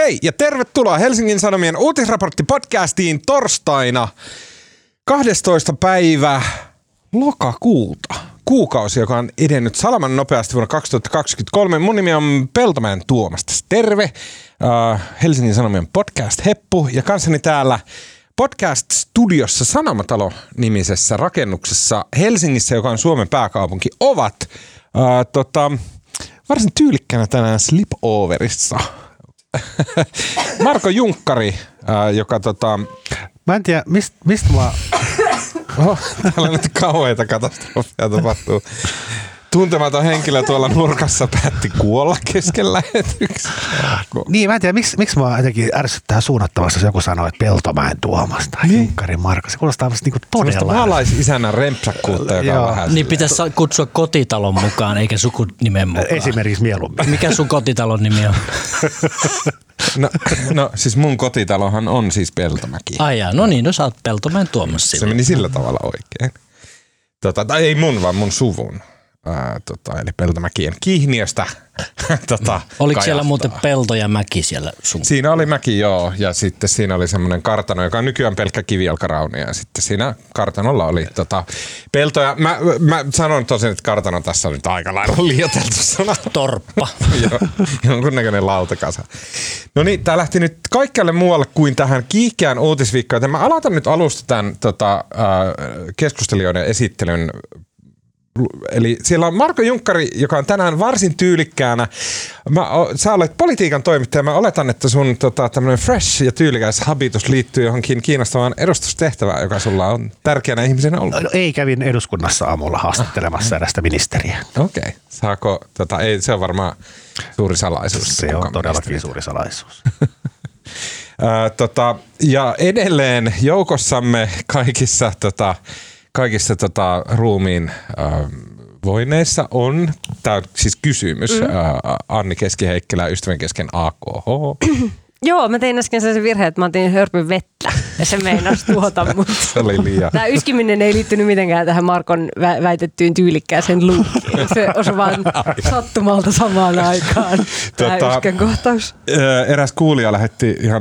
Hei ja tervetuloa Helsingin Sanomien uutisraporttipodcastiin torstaina 12. päivä lokakuuta. Kuukausi, joka on edennyt salaman nopeasti vuonna 2023. Mun nimi on Peltomäen Tuomas. Terve. Helsingin Sanomien podcast-heppu ja kanssani täällä podcast-studiossa Sanomatalo-nimisessä rakennuksessa Helsingissä, joka on Suomen pääkaupunki, ovat varsin tyylikkäänä tänään Slipoverissa. Marko Junkkari, joka Mä en tiedä, mistä mä... Täällä nyt kauheita katastrofia tapahtuu. Tuntematon henkilö tuolla nurkassa päätti kuolla kesken lähetyksen. Niin, mä en tiedä, miksi mä jotenkin ärsyttää suunnattomasti, jos joku sanoo, että Peltomäen Tuomas tai Junkkarin Marko. Se kuulostaa vasta niinku todella... Sellaista maalaisisänän rempsakkuutta, joka on vähän... Niin pitäisi kutsua kotitalon mukaan, eikä sukunimen mukaan. Esimerkiksi mieluummin. Mikä sun kotitalon nimi on? No siis mun kotitalohan on siis Peltomäki. Ai jaa, no niin, no sä oot Peltomäen Tuomas silloin. Se meni sillä tavalla oikein. Tai ei mun, vaan mun suvun. Eli Peltomäkien Kihniöstä. Oliko siellä muuten pelto ja mäki siellä sun? Siinä oli mäki, joo, ja sitten siinä oli semmoinen kartano, joka on nykyään pelkkä kivijalkarauni, ja sitten siinä kartanolla oli peltoja. Mä sanon tosin, että kartano tässä on nyt aika lailla liioiteltu sana. Torppa. Joo, jonkunnäköinen lautakasa. No niin, tää lähti nyt kaikkialle muualle kuin tähän kiihkeään uutisviikkoon. Mä aloitan nyt alusta tämän keskustelijoiden esittelyn. Eli siellä on Marko Junkkari, joka on tänään varsin tyylikkäänä. Sä olet politiikan toimittaja. Mä oletan, että sun tämmöinen fresh ja tyylikäs habitus liittyy johonkin kiinnostavaan edustustehtävään, joka sulla on tärkeänä ihmisenä ollut. No, ei, kävin eduskunnassa aamulla haastattelemassa erästä ministeriä. Okei. Saako, ei, se on varmaan suuri salaisuus. Se on todellakin suuri salaisuus. Ja edelleen joukossamme kaikissa ruumiin voineissa on, tämä on siis kysymys, Anni Keski-Heikkilä ystävän kesken AKH. Joo, mä tein äsken sellaisen virheen, että mä otin hörpyn vettä ja se meinasi tuota, mutta se oli liian. Tämä yskiminen ei liittynyt mitenkään tähän Markon väitettyyn tyylikkääseen luukkiin. Se osui vaan sattumalta samaan aikaan, tämä ysken kohtaus. Eräs kuulija lähetti ihan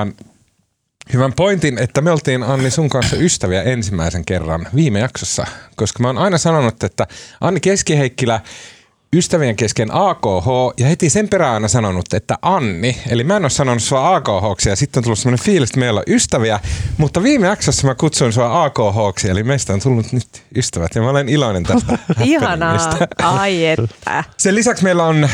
hyvän pointin, että me oltiin Anni sun kanssa ystäviä ensimmäisen kerran viime jaksossa, koska mä oon aina sanonut, että Anni Keski-Heikkilä ystävien kesken AKH ja heti sen perään aina sanonut, että Anni, eli mä en ole sanonut sua AKHksi ja sitten on tullut semmoinen fiilis, että meillä on ystäviä, mutta viime jaksossa mä kutsuin sua AKHksi, eli meistä on tullut nyt ystävät ja mä olen iloinen tästä. Ihanaa, ai että. Sen lisäksi meillä on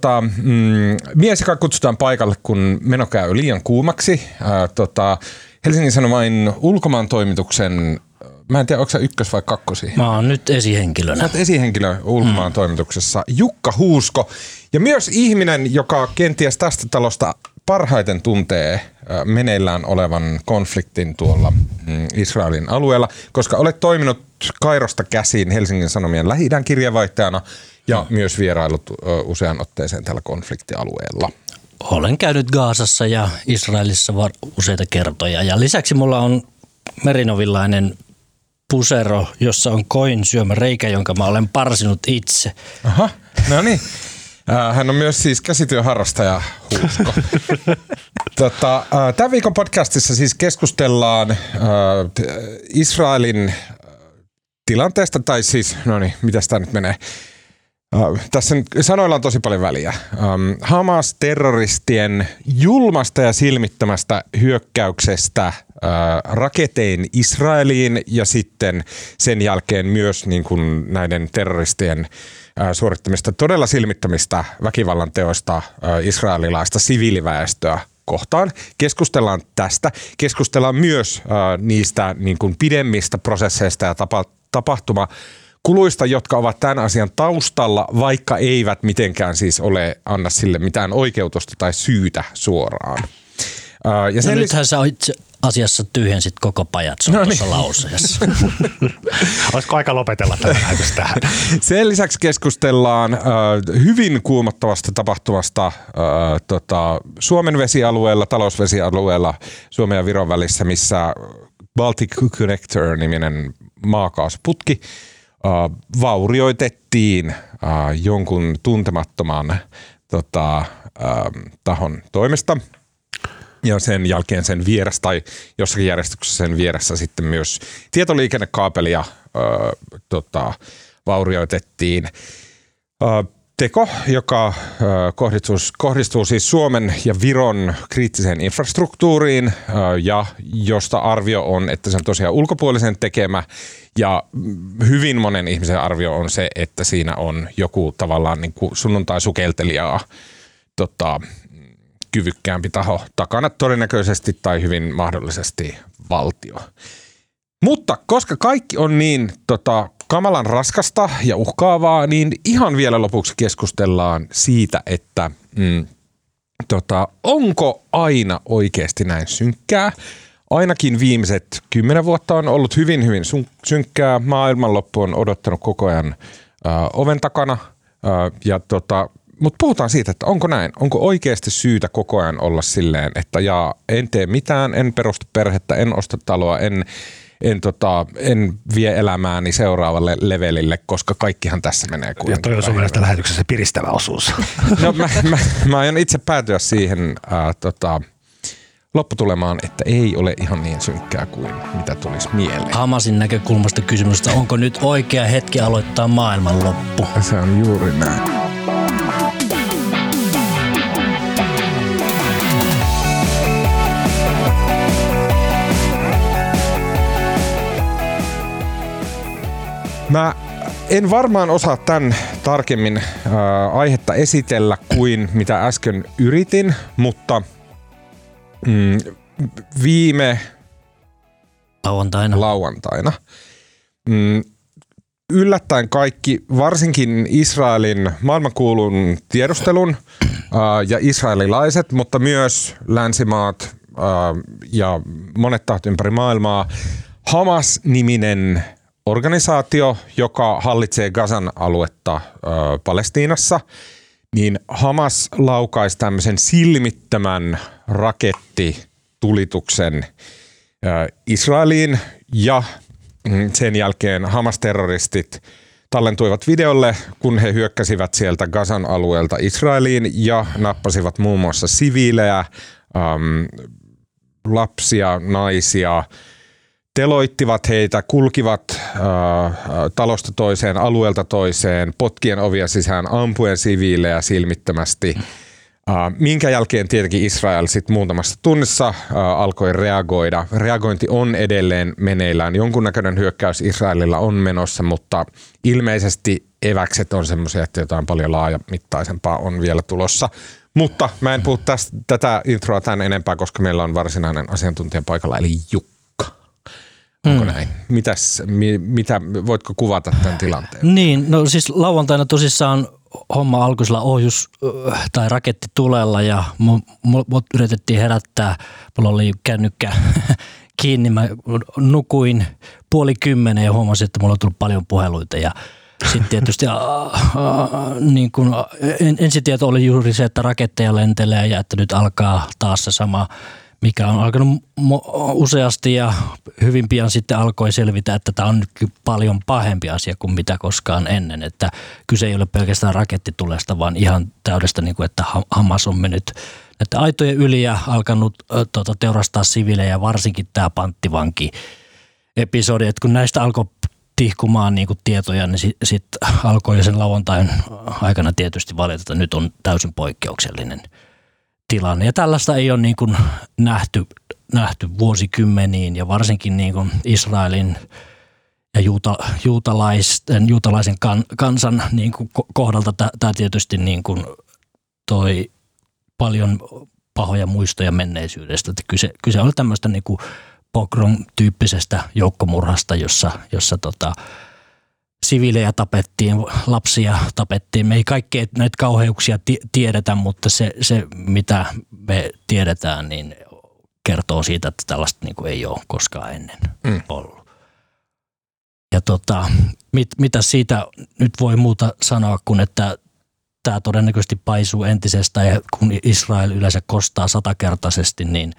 mies, joka kutsutaan paikalle, kun meno käy liian kuumaksi. Helsingin Sanomain ulkomaan toimituksen, mä en tiedä, onko sä ykkös- vai kakkosi? Mä oon nyt esihenkilönä. Sä oot esihenkilö ulkomaan toimituksessa, Jukka Huusko. Ja myös ihminen, joka kenties tästä talosta parhaiten tuntee meneillään olevan konfliktin tuolla Israelin alueella, koska olet toiminut Kairosta käsin Helsingin Sanomien Lähi-idän kirjeenvaihtajana ja myös vierailut usean otteeseen tällä konfliktialueella. Olen käynyt Gazassa ja Israelissa useita kertoja ja lisäksi mulla on merinovillainen pusero, jossa on koin syömä reikä, jonka mä olen parsinut itse. Aha, no niin. Hän on myös siis käsityöharrastaja Huusko. Tämän viikon podcastissa siis keskustellaan Israelin tilanteesta, tai siis, no niin, mitäs tämä nyt menee? Tässä sanoilla on tosi paljon väliä. Hamas-terroristien julmasta ja silmittömästä hyökkäyksestä raketein Israeliin ja sitten sen jälkeen myös niin kuin näiden terroristien suorittamista todella silmittömistä väkivallan teoista israelilaista siviiliväestöä kohtaan. Keskustellaan tästä. Keskustellaan myös niistä niin kuin pidemmistä prosesseista ja tapahtumakuluista, jotka ovat tämän asian taustalla, vaikka eivät mitenkään siis anna sille mitään oikeutusta tai syytä suoraan. Ja nythän sä itse asiassa tyhjensit koko pajatson tuossa lauseessa. Olisiko aika lopetella tämä näytös tähän? Sen lisäksi keskustellaan hyvin kuumottavasta tapahtumasta Suomen vesialueella, talousvesialueella Suomen ja Viron välissä, missä Baltic Connector-niminen maakaasuputki vaurioitettiin jonkun tuntemattoman tahon toimesta. Ja sen jälkeen sen vieressä tai jossakin järjestyksessä sen vieressä sitten myös tietoliikennekaapelia vaurioitettiin. Teko, joka kohdistuu siis Suomen ja Viron kriittiseen infrastruktuuriin ja josta arvio on, että se on tosiaan ulkopuolisen tekemä ja hyvin monen ihmisen arvio on se, että siinä on joku tavallaan niin kuin sunnuntai-sukeltelijaa kyvykkäämpi taho takana todennäköisesti tai hyvin mahdollisesti valtio. Mutta koska kaikki on niin kamalan raskasta ja uhkaavaa, niin ihan vielä lopuksi keskustellaan siitä, että onko aina oikeasti näin synkkää. Ainakin viimeiset 10 vuotta on ollut hyvin, hyvin synkkää. Maailmanloppu on odottanut koko ajan oven takana. Mutta puhutaan siitä, että onko näin? Onko oikeasti syytä koko ajan olla silleen, että en tee mitään, en perusta perhettä, en osta taloa, en vie elämääni seuraavalle levelille, koska kaikkihan tässä menee kuin. Ja toi on sun mielestä lähetyksessä piristävä osuus. No mä aion itse päätyä siihen lopputulemaan, että ei ole ihan niin synkkää kuin mitä tulisi mieleen. Hamasin näkökulmasta kysymystä, onko nyt oikea hetki aloittaa maailmanloppu? Se on juuri näin. Mä en varmaan osaa tämän tarkemmin aihetta esitellä kuin mitä äsken yritin, mutta viime lauantaina yllättäen kaikki, varsinkin Israelin maailmankuulun tiedustelun ja israelilaiset, mutta myös länsimaat ja monet tahot ympäri maailmaa, Hamas-niminen organisaatio, joka hallitsee Gazan aluetta Palestiinassa, niin Hamas laukaisi tämmöisen silmittömän rakettitulituksen Israeliin ja sen jälkeen Hamas-terroristit tallentuivat videolle, kun he hyökkäsivät sieltä Gazan alueelta Israeliin ja nappasivat muun muassa siviilejä, lapsia, naisia, teloittivat heitä, kulkivat talosta toiseen, alueelta toiseen, potkien ovia sisään, ampuen siviilejä silmittömästi. Minkä jälkeen tietenkin Israel sitten muutamassa tunnissa alkoi reagoida. Reagointi on edelleen meneillään. Jonkunnäköinen hyökkäys Israelilla on menossa, mutta ilmeisesti eväkset on semmoisia, että jotain paljon laajamittaisempaa on vielä tulossa. Mutta mä en puhu tätä introa tämän enempää, koska meillä on varsinainen asiantuntija paikalla, eli Jukka. Onko näin? Mitä voitko kuvata tämän tilanteen? Niin, no siis lauantaina tosissaan homma alkoi sillä ohjus tai raketti tulella ja mut yritettiin herättää. Mulla oli kännykkä kiinni, mä nukuin 9:30 ja huomasin, että mulla on tullut paljon puheluita ja sitten tietysti niin kun, ensitieto oli juuri se, että raketteja lentelee ja että nyt alkaa taas se sama, mikä on alkanut useasti ja hyvin pian sitten alkoi selvitä, että tämä on nyt paljon pahempi asia kuin mitä koskaan ennen. Että kyse ei ole pelkästään rakettitulesta, vaan ihan täydestä, niin kuin, että Hamas on mennyt näiden aitojen yli ja alkanut teurastaa siviilejä, varsinkin tämä panttivanki-episodi. Että kun näistä alkoi tihkumaan niin kuin tietoja, niin sitten alkoi jo sen lauantain aikana tietysti valita, että nyt on täysin poikkeuksellinen tilanne. Ja tällaista ei ole niin kuin nähty vuosikymmeniin ja varsinkin niin kuin Israelin ja juutalaisen kansan niin kuin kohdalta tämä tietysti niin kuin toi paljon pahoja muistoja menneisyydestä. Että kyse on tämmöistä niin kuin pogrom-tyyppisestä joukkomurhasta, jossa siviilejä tapettiin, lapsia tapettiin. Me ei kaikkea näitä kauheuksia tiedetä, mutta se mitä me tiedetään, niin kertoo siitä, että tällaista niin kuin ei ole koskaan ennen ollut. Ja mitä siitä nyt voi muuta sanoa, kun että tämä todennäköisesti paisuu entisestään ja kun Israel yleensä kostaa 100-kertaisesti, niin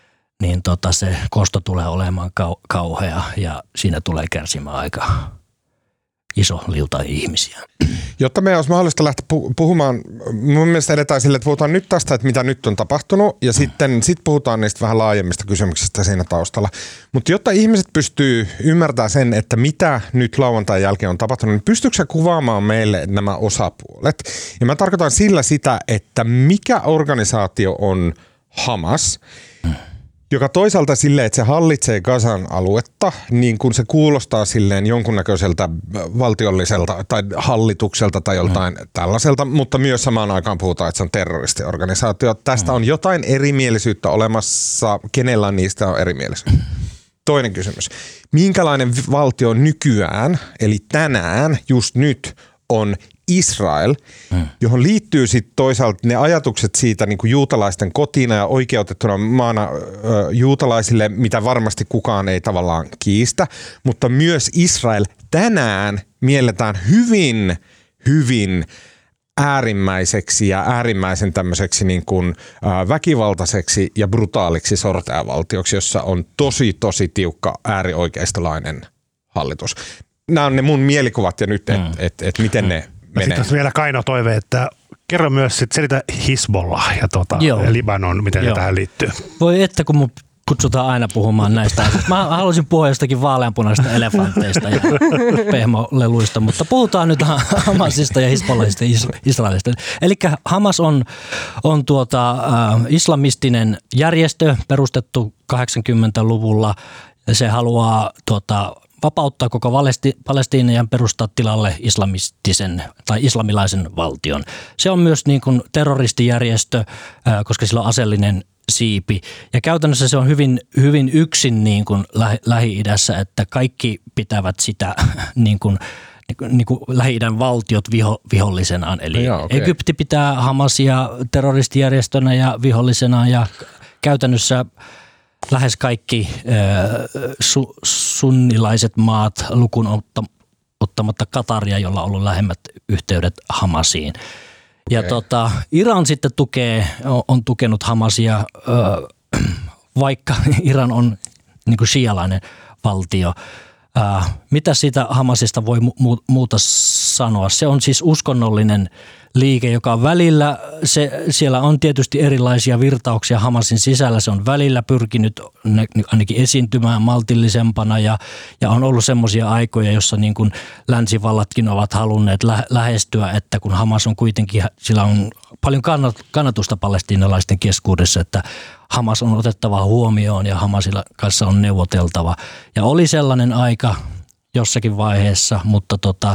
se kosto tulee olemaan kauhea ja siinä tulee kärsimään aika iso liuta ihmisiä. Jotta meidän olisi mahdollista lähteä puhumaan, mun mielestä edetään sille, että puhutaan nyt tästä, että mitä nyt on tapahtunut, ja sitten puhutaan niistä vähän laajemmista kysymyksistä siinä taustalla. Mutta jotta ihmiset pystyy ymmärtämään sen, että mitä nyt lauantain jälkeen on tapahtunut, niin pystyykö sä kuvaamaan meille nämä osapuolet? Ja mä tarkoitan sillä sitä, että mikä organisaatio on Hamas, joka toisaalta silleen, että se hallitsee Gazan aluetta, niin kun se kuulostaa silleen jonkunnäköiseltä valtiolliselta tai hallitukselta tai joltain tällaiselta, mutta myös samaan aikaan puhutaan, että se on terroristiorganisaatio. Tästä on jotain erimielisyyttä olemassa, kenellä niistä on erimielisyyttä. Toinen kysymys. Minkälainen valtio nykyään, eli tänään, just nyt, on Israel, johon liittyy sitten toisaalta ne ajatukset siitä niin kuin juutalaisten kotina ja oikeutettuna maana juutalaisille, mitä varmasti kukaan ei tavallaan kiistä, mutta myös Israel tänään mielletään hyvin äärimmäiseksi ja äärimmäisen tämmöiseksi niin kuin väkivaltaiseksi ja brutaaliksi sortajavaltioksi, jossa on tosi tiukka äärioikeistolainen hallitus. Nämä on ne mun mielikuvat ja nyt, että miten ne menee. Sitten on vielä Kaino toive, että kerro myös selitä Hizbollah ja Libanon, miten ne tähän liittyy. Voi että kun mun kutsutaan aina puhumaan näistä asioista. Mä haluaisin puhua jostakin vaaleanpunaisista elefanteista ja pehmoleluista, mutta puhutaan nyt Hamasista ja Hizbollahista ja Israelista. Eli Hamas on islamistinen järjestö perustettu 80-luvulla. Se haluaa vapauttaa koko Palestiinan ja perustaa tilalle islamistisen tai islamilaisen valtion. Se on myös niin kuin terroristijärjestö, koska sillä on aseellinen siipi. Ja käytännössä se on hyvin yksin niin kuin Lähi-idässä, että kaikki pitävät sitä niin kuin Lähi-idän valtiot vihollisenaan. Eli Egypti pitää Hamasia terroristijärjestönä ja vihollisenaan ja käytännössä lähes kaikki sunnilaiset maat lukuun ottamatta Kataria, jolla on ollut lähemmät yhteydet Hamasiin. Ja Iran sitten on tukenut Hamasia, vaikka Iran on niin kuin shialainen valtio. Mitä siitä Hamasista voi muuta sanoa? Se on siis uskonnollinen liike, joka on välillä, siellä on tietysti erilaisia virtauksia Hamasin sisällä, se on välillä pyrkinyt ainakin esiintymään maltillisempana ja on ollut semmoisia aikoja, jossa niin kuin länsivallatkin ovat halunneet lähestyä, että kun Hamas on kuitenkin, sillä on paljon kannatusta palestiinalaisten keskuudessa, että Hamas on otettava huomioon ja Hamasilla kanssa on neuvoteltava. Ja oli sellainen aika jossakin vaiheessa, mutta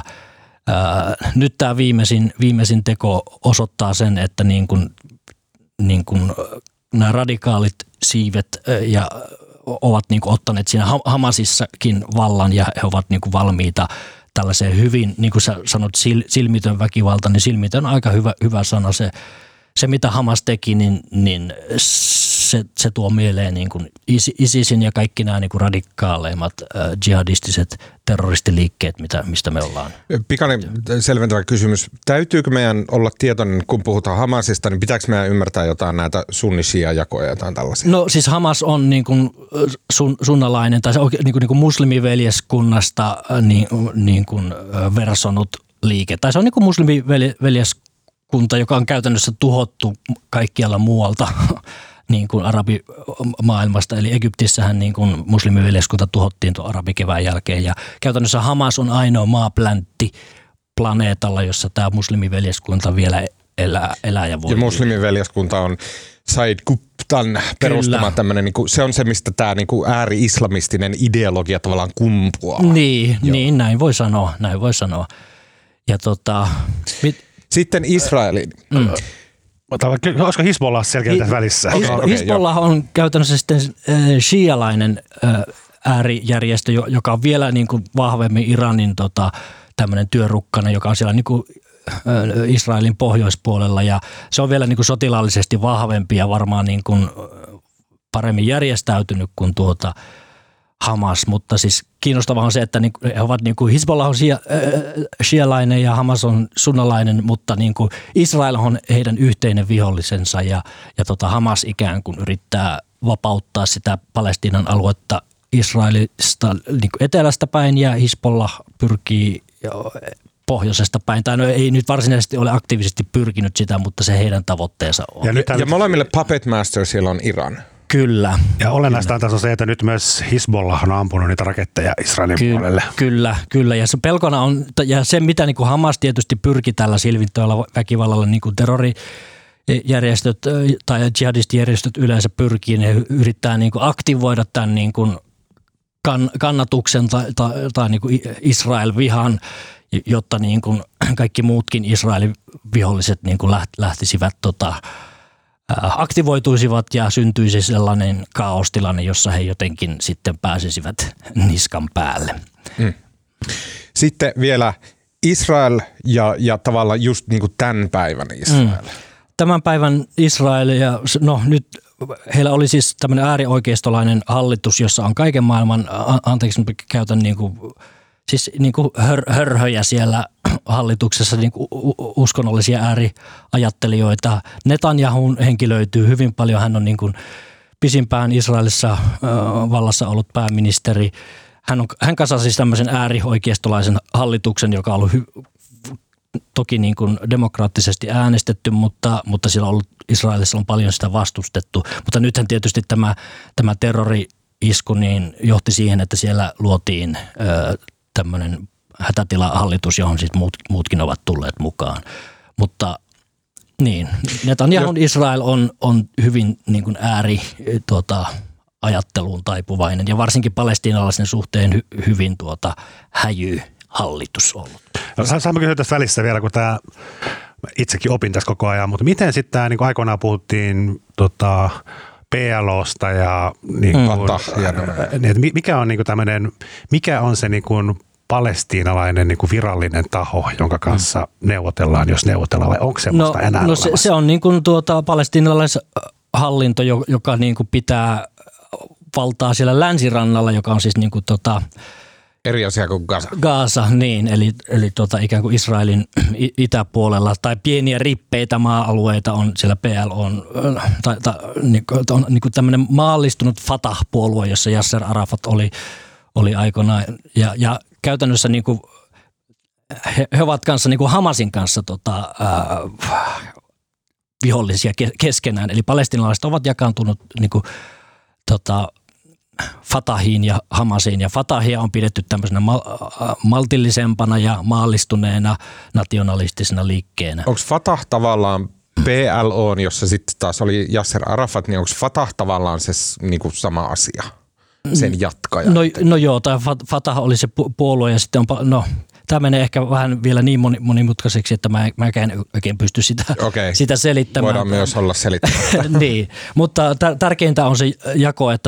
nyt tämä viimeisin teko osoittaa sen, että niin kuin nämä radikaalit siivet ja ovat niin kuin ottaneet siinä Hamasissakin vallan ja he ovat niin kuin valmiita tällaiseen hyvin, niin kuin sä sanot, silmitön väkivalta, niin silmitön on aika hyvä sana. Se mitä Hamas teki, niin se tuo mieleen niin kuin ISISin ja kaikki nämä niin kuin radikaaleimmat jihadistiset terroristiliikkeet, mistä me ollaan. Pikainen selventävä kysymys. Täytyykö meidän olla tietoinen, kun puhutaan Hamasista, niin pitääkö meidän ymmärtää jotain näitä sunni-shia-jakoja, jotain tällaisia? No siis Hamas on niin kuin sunnalainen tai se on niin kuin muslimiveljeskunnasta niin kuin versonut liike. Tai se on niin kuin muslimiveljeskunta, joka on käytännössä tuhottu kaikkialla muualta niin kuin arabimaailmasta. Eli Egyptissähän niin kuin muslimiveljeskunta tuhottiin tuon arabikevään jälkeen. Ja käytännössä Hamas on ainoa maapläntti planeetalla, jossa tämä muslimiveljeskunta vielä elää ja voi. Ja muslimiveljeskunta on Said Qutbin perustama tämmöinen, se on se, mistä tämä ääri-islamistinen ideologia tavallaan kumpuaa. Niin, näin voi sanoa. Ja sitten Israelin. Olisiko Hizbollah selkeä tässä välissä? Hizbollah on käytännössä sitten shialainen äärijärjestö, joka on vielä niin kuin vahvemmin Iranin tämmöinen työrukkana, joka on siellä niin kuin Israelin pohjoispuolella ja se on vielä niin kuin sotilaallisesti vahvempi ja varmaan niin kuin paremmin järjestäytynyt kuin Hamas, mutta siis kiinnostavaa on se, että he ovat niin kuin Hizbollah on shialainen ja Hamas on sunnalainen, mutta niin kuin Israel on heidän yhteinen vihollisensa ja Hamas ikään kuin yrittää vapauttaa sitä Palestiinan aluetta Israelista niin kuin etelästä päin ja Hizbollah pyrkii pohjoisesta päin. Tai no ei nyt varsinaisesti ole aktiivisesti pyrkinyt sitä, mutta se heidän tavoitteensa on. Ja molemmille Puppet Master siellä on Iran. Kyllä. Ja olennaista on tässä se, että nyt myös Hizbollah on ampunut niitä raketteja Israelin puolelle. Kyllä. Ja se pelkona on, ja se mitä niin kuin Hamas tietysti pyrki tällä silvintöillä väkivallalla, niin kuin terrorijärjestöt tai jihadistijärjestöt yleensä pyrkii, ne yrittää niin kuin aktivoida tämän niin kuin kannatuksen tai niin kuin Israel-vihan, jotta niin kuin kaikki muutkin Israelin viholliset niin kuin lähtisivät aktivoituisivat ja syntyisi sellainen kaostilanne, jossa he jotenkin sitten pääsisivät niskan päälle. Sitten vielä Israel ja tavallaan just niin kuin tämän päivän Israel. Tämän päivän Israel ja no nyt heillä oli siis tämmöinen äärioikeistolainen hallitus, jossa on kaiken maailman, anteeksi käytän niin kuin hörhöjä siellä hallituksessa, niin kuin uskonnollisia ääriajattelijoita. Netanyahun henki löytyy hyvin paljon. Hän on niin kuin pisimpään Israelissa vallassa ollut pääministeri. Hän kasasi siis tämmöisen äärioikeistolaisen hallituksen, joka on ollut toki niin kuin demokraattisesti äänestetty, mutta siellä on ollut, Israelissa on paljon sitä vastustettu. Mutta nythän tietysti tämä terrori-isku niin johti siihen, että siellä luotiin tämmöinen hätätilahallitus, johon sitten muutkin ovat tulleet mukaan. Mutta niin, Netanyahun Israel on hyvin niin kuin ajatteluun taipuvainen ja varsinkin palestiinalaisen suhteen hyvin häjy hallitus ollut. No, saamme kysyä tässä välissä vielä, kun tämä itsekin opin tässä koko ajan, mutta miten sitten niin kuin aikoinaan puhuttiin PLOsta ja mikä on niin kuin tämmöinen, mikä on se niin kuin palestiinalainen niin kuin virallinen taho, jonka kanssa neuvotellaan, jos neuvotellaan, vai onko semmoista enää olemassa? Se on niin kuin palestiinalaishallinto, joka niin kuin pitää valtaa siellä länsirannalla, joka on siis niin kuin eri asia kuin Gaza. Gaza, niin, eli ikään kuin Israelin itäpuolella tai pieniä rippeitä maa-alueita on siellä PLO:n, niin kuin tämmöinen maallistunut Fatah-puolue, jossa Yasser Arafat oli aikoinaan ja käytännössä niin kuin he ovat kanssa niin kuin Hamasin kanssa vihollisia keskenään, eli palestiinalaiset ovat jakaantunut niin kuin Fatahiin ja Hamasiin, ja Fatahia on pidetty tämmöisenä maltillisempana ja maallistuneena nationalistisena liikkeenä. Onko Fatah tavallaan PLO, jossa sitten taas oli Yasser Arafat, niin onko Fatah tavallaan se niin kuin sama asia, sen jatkaja? No joo, tai Fatah oli se puolue ja sitten on, tämä menee ehkä vähän vielä niin monimutkaiseksi, että mä en oikein pysty sitä selittämään. Voidaan myös olla selittämättä. Niin, mutta tärkeintä on se jako, että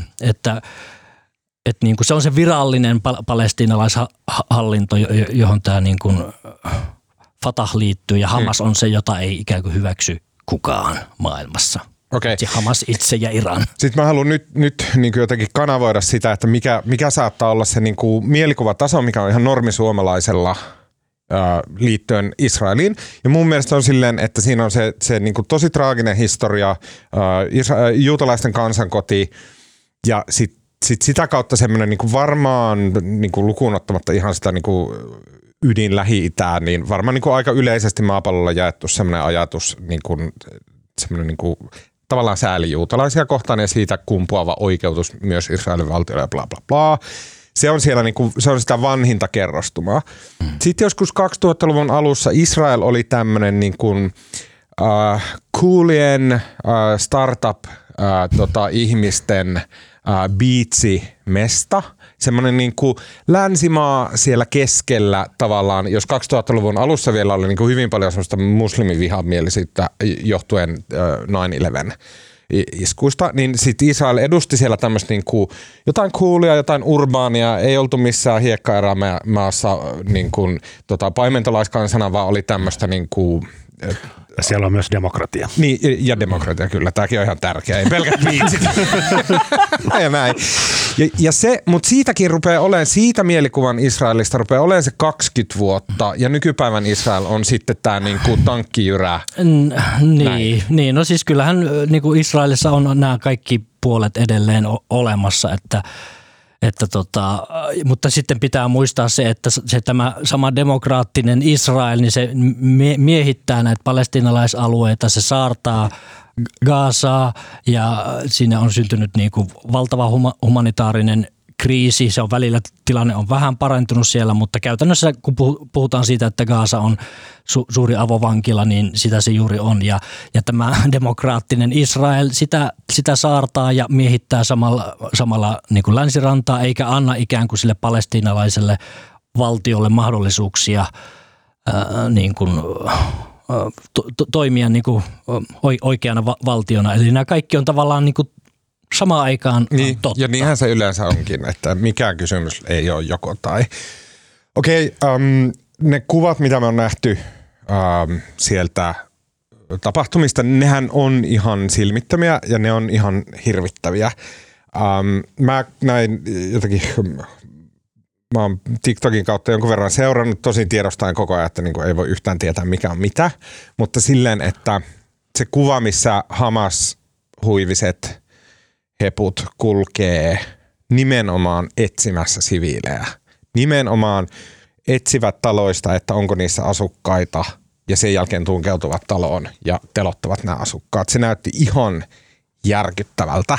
niin kuin se on se virallinen palestiinalaishallinto, johon tämä niin kuin Fatah liittyy, ja Hamas on se, jota ei ikään kuin hyväksy kukaan maailmassa. Okay. Hamas itse ja Iran. Sitten mä haluan nyt niin kuin jotenkin kanavoida sitä, että mikä saattaa olla se niin kuin mielikuvataso, mikä on ihan normisuomalaisella liittyen Israeliin. Ja mun mielestä on silleen, että siinä on se niin kuin tosi traaginen historia, juutalaisten kansankoti ja sit sitä kautta semmoinen niin kuin varmaan niin kuin lukuun ottamatta ihan sitä niin kuin ydin Lähi-Itää, niin varmaan niin kuin aika yleisesti maapallolla jaettu semmoinen ajatus, niin kuin, semmoinen niin kuin tavallaan sääli juutalaisia kohtaan ja siitä kumpuava oikeutus myös Israelin valtiolle ja bla bla bla. Se on siellä niinku, se on sitä vanhinta kerrostumaa. Sitten joskus 2000-luvun alussa Israel oli tämmöinen niinku, coolien startup ihmisten biitsimesta. Semmoinen niinku länsimaa siellä keskellä tavallaan, jos 2000-luvun alussa vielä oli niinku hyvin paljon semmoista muslimivihamielisyttä johtuen 9/11 iskuista, niin sitten Israel edusti siellä tämmöistä niinku jotain coolia, jotain urbaania, ei oltu missään hiekkaerämaassa niinku, paimentolaiskansana, vaan oli tämmöistä niinku, ja siellä on myös demokratia. Niin, ja demokratia kyllä. Tämäkin on ihan tärkeä. Ei pelkät viitsit. Ja näin. Mutta siitäkin rupeaa olemaan, siitä mielikuvan Israelista rupeaa olemaan se 20 vuotta. Ja nykypäivän Israel on sitten tämä niinku tankkijyrä. Niin, no siis kyllähän niinku Israelissa on nämä kaikki puolet edelleen olemassa, Mutta sitten pitää muistaa se, että tämä sama demokraattinen Israel, niin se miehittää näitä palestiinalaisalueita, se saartaa Gazaa ja siinä on syntynyt niin kuin valtava humanitaarinen kriisi. Se on välillä, tilanne on vähän parantunut siellä, mutta käytännössä kun puhutaan siitä, että Gaza on suuri avovankila, niin sitä se juuri on. Ja tämä demokraattinen Israel sitä saartaa ja miehittää samalla niin kuin länsirantaa, eikä anna ikään kuin sille palestiinalaiselle valtiolle mahdollisuuksia niin kuin toimia niin kuin oikeana valtiona. Eli nämä kaikki on tavallaan niin kuin samaan aikaan totta. Ja niinhän se yleensä onkin, että mikään kysymys ei ole joko tai. Okei, ne kuvat, mitä me on nähty sieltä tapahtumista, nehän on ihan silmittömiä ja ne on ihan hirvittäviä. Mä näin jotenkin, mä oon TikTokin kautta jonkun verran seurannut, tosin tiedostaen koko ajan, että niinku ei voi yhtään tietää mikä on mitä, mutta silleen, että se kuva, missä Hamas-huiviset heput kulkee nimenomaan etsimässä siviilejä. Nimenomaan etsivät taloista, että onko niissä asukkaita ja sen jälkeen tunkeutuvat taloon ja telottavat nämä asukkaat. Se näytti ihan järkyttävältä.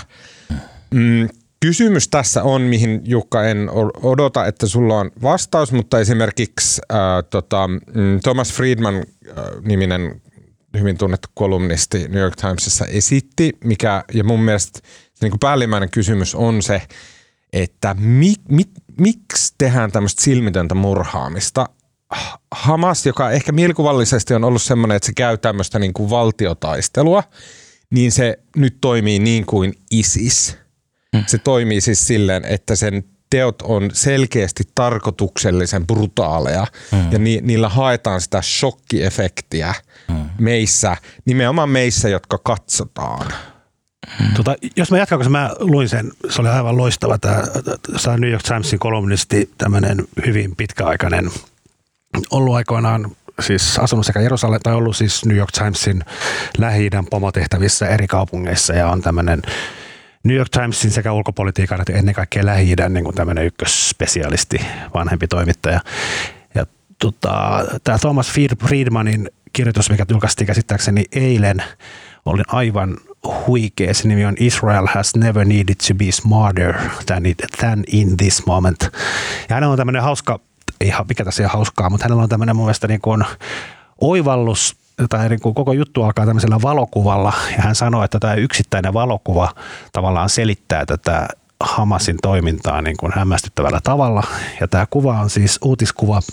Kysymys tässä on, mihin Jukka en odota, että sulla on vastaus, mutta esimerkiksi Thomas Friedman niminen hyvin tunnettu kolumnisti New York Timesissa esitti, ja mun mielestä se niin kuin päällimmäinen kysymys on se, että miksi tehdään tämmöistä silmitöntä murhaamista? Hamas, joka ehkä mielikuvallisesti on ollut semmoinen, että se käy tämmöistä niin kuin valtiotaistelua, niin se nyt toimii niin kuin ISIS. Se toimii siis silleen, että sen teot on selkeästi tarkoituksellisen brutaaleja ja niillä haetaan sitä shokkiefektiä meissä, nimenomaan meissä, jotka katsotaan. Jos mä jatkan, koska mä luin sen, se oli aivan loistava. Tämä New York Timesin kolumnisti, tämmöinen hyvin pitkäaikainen, ollut aikoinaan siis asunut sekä Jerusalem tai ollut siis New York Timesin Lähi-idän pomotehtävissä eri kaupungeissa ja on tämmöinen New York Timesin sekä ulkopolitiikan että ennen kaikkea Lähi-idän niin kuin tämmöinen ykkösspesialisti, vanhempi toimittaja. Ja tämä Thomas Friedmanin kirjoitus, mikä julkaistiin käsittääkseni eilen, oli aivan huikea. Se nimi on Israel has never needed to be smarter than in this moment. Ja hänellä on tämmöinen hauska, mikä tässä ei ole hauskaa, mutta hänellä on tämmöinen mun mielestä niin kuin oivallus, tai niin kuin koko juttu alkaa tämmöisellä valokuvalla, ja hän sanoi, että tämä yksittäinen valokuva tavallaan selittää tätä Hamasin toimintaa niin kuin hämmästyttävällä tavalla. Ja tämä kuva on siis uutiskuva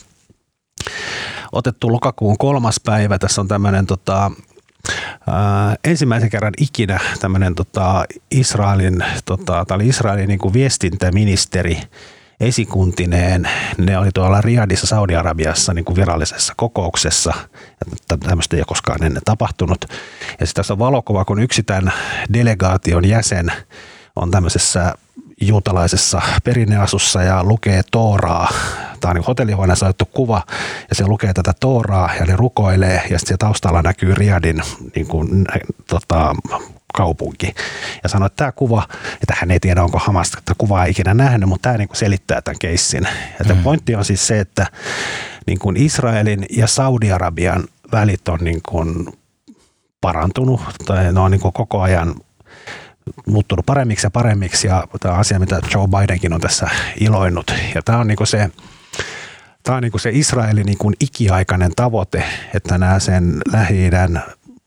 otettu lokakuun 3. päivä. Tässä on tämmöinen ensimmäisen kerran ikinä tämmöinen Israelin, tämä oli Israelin niin kuin viestintäministeri esikuntineen. Ne oli tuolla Riyadissa Saudi-Arabiassa niin kuin virallisessa kokouksessa. Tämmöistä ei ole koskaan ennen tapahtunut. Ja sitten tässä on valokuva, kun yksi tämän delegaation jäsen on tämmöisessä juutalaisessa perinneasussa ja lukee Tooraa. Tämä on niin hotellihuoneessa otettu kuva ja se lukee tätä Tooraa ja ne rukoilee ja sitten taustalla näkyy Riyadin niin kuin, kaupunki. Ja sanoi, että tämä kuva, että hän ei tiedä onko Hamas tätä kuvaa ikinä nähnyt, mutta tämä niin kuin selittää tämän keissin. Ja tämän pointti on siis se, että niin kuin Israelin ja Saudi-Arabian välit on niin kuin parantunut tai ne on niin kuin koko ajan muuttunut paremmiksi ja paremmiksi ja tämä on asia, mitä Joe Bidenkin on tässä iloinut. Ja tämä on niin kuin se Israelin niin kuin ikiaikainen tavoite, että nämä sen Lähi-idän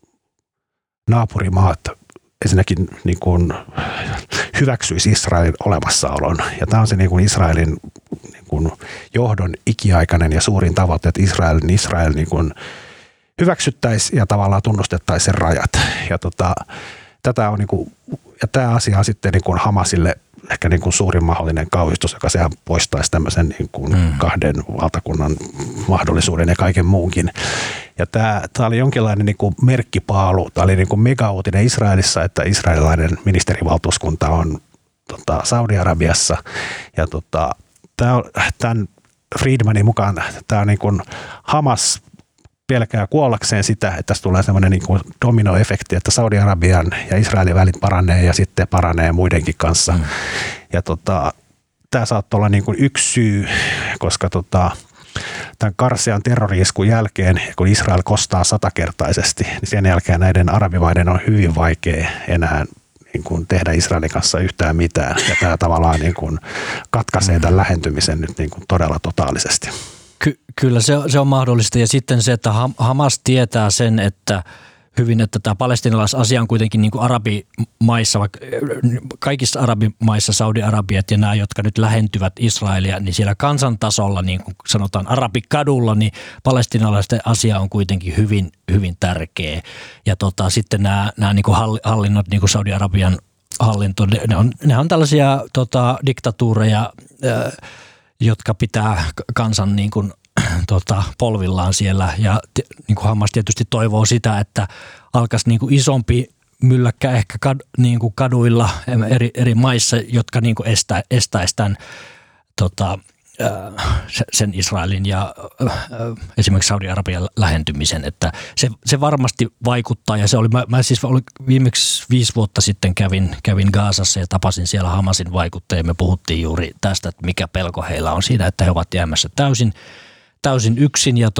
naapurimaat ensinnäkin niin kuin hyväksyisi Israelin olemassaolon. Ja tämä on se niin kuin Israelin niin kuin johdon ikiaikainen ja suurin tavoite, että Israel niin kuin hyväksyttäisiin ja tavallaan tunnustettaisiin sen rajat. Ja tätä on niin kuin, ja tämä asia on sitten niin kuin Hamasille ehkä niin kuin suurin mahdollinen kauhistus, joka sehän poistaisi tämmöisen niin kuin kahden valtakunnan mahdollisuuden ja kaiken muunkin. Ja tämä oli jonkinlainen niin kuin merkkipaalu, tämä oli niin kuin mega-uutinen Israelissa, että israelilainen ministerivaltuuskunta on Saudi-Arabiassa. Ja tämän Friedmanin mukaan tämä on niin kuin Hamas pelkää kuollakseen sitä, että tässä tulee semmoinen niin kuin dominoefekti, että Saudi-Arabian ja Israelin välit paranee ja sitten paranee muidenkin kanssa. Ja tämä saattoi olla niin kuin yksi syy, koska tämän karsean terrori-iskun jälkeen, kun Israel kostaa 100-kertaisesti, niin sen jälkeen näiden arabimaiden on hyvin vaikea enää niin kuin tehdä Israelin kanssa yhtään mitään. Ja tämä tavallaan niin kuin katkaisee tämän lähentymisen nyt niin kuin todella totaalisesti. Kyllä se on mahdollista. Ja sitten se, että Hamas tietää sen, että hyvin, että tämä palestiinalaisasia on kuitenkin niin kuin arabimaissa, vaikka kaikissa arabimaissa, Saudi-Arabiat ja nämä, jotka nyt lähentyvät Israelia, niin siellä kansantasolla, niin kuin sanotaan arabikadulla, niin palestiinalaisten asia on kuitenkin hyvin, hyvin tärkeä. Ja sitten nämä niin kuin hallinnot, niin kuin Saudi-Arabian hallinto, ne on tällaisia diktatuureja, jotka pitää kansan niin kuin polvillaan siellä ja niin kuin Hamas tietysti toivoo sitä, että alkaisi niin kuin isompi mylläkkä ehkä niin kuin kaduilla eri maissa, jotka niin kuin estäisi tämän sen Israelin ja esimerkiksi Saudi-Arabian lähentymisen, että se varmasti vaikuttaa ja se oli, mä siis viimeksi 5 vuotta sitten kävin Gazassa ja tapasin siellä Hamasin vaikuttajia. Me puhuttiin juuri tästä, että mikä pelko heillä on siinä, että he ovat jäämässä täysin yksin ja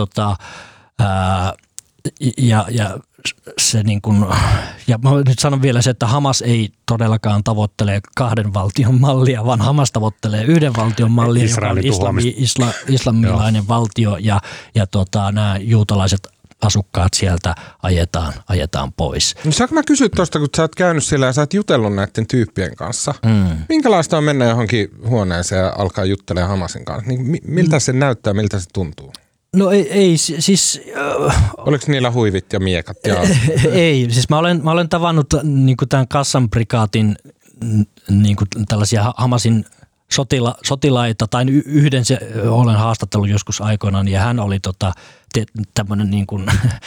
se niin kuin, ja mä nyt sanon vielä se, että Hamas ei todellakaan tavoittele 2 valtion mallia, vaan Hamas tavoittelee 1 valtion mallia, joka on islamilainen valtio ja nämä juutalaiset asukkaat sieltä ajetaan pois. No saanko mä kysyä tuosta, kun sä oot käynyt siellä ja sä oot jutellut näiden tyyppien kanssa. Minkälaista on mennä johonkin huoneeseen ja alkaa juttelemaan Hamasin kanssa? Niin miltä se näyttää, miltä se tuntuu? No ei siis... Oliko niillä huivit ja miekat? Ja... ei, siis mä olen tavannut niin kuin tämän Qassam-prikaatin niin kuin tällaisia Hamasin sotilaita, tai yhden olen haastattellut joskus aikoinaan, ja hän oli tämmöinen niin kuin,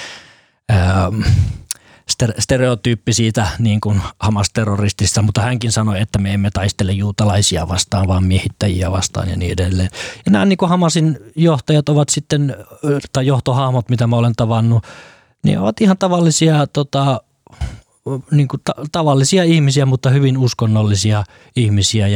stereotyyppi siitä niin kuin Hamas-terroristista, mutta hänkin sanoi, että me emme taistele juutalaisia vastaan, vaan miehittäjiä vastaan ja niin edelleen. Ja nämä niin kuin Hamasin johtajat ovat sitten, tai johtohahmot, mitä mä olen tavannut, niin ovat ihan tavallisia niin kuin tavallisia ihmisiä, mutta hyvin uskonnollisia ihmisiä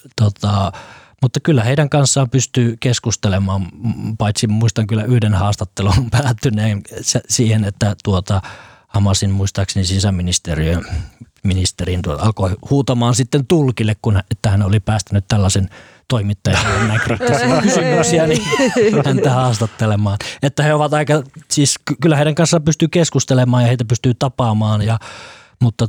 mutta kyllä heidän kanssaan pystyy keskustelemaan, paitsi muistan kyllä yhden haastattelun päättyneen siihen, että Hamasin muistaakseni sisäministerin alkoi huutamaan sitten tulkille, että hän oli päästänyt tällaisen toimittajan näin kriittisiä kysymyksiä, niin häntä haastattelemaan. Että he ovat aika, siis kyllä heidän kanssaan pystyy keskustelemaan ja heitä pystyy tapaamaan, mutta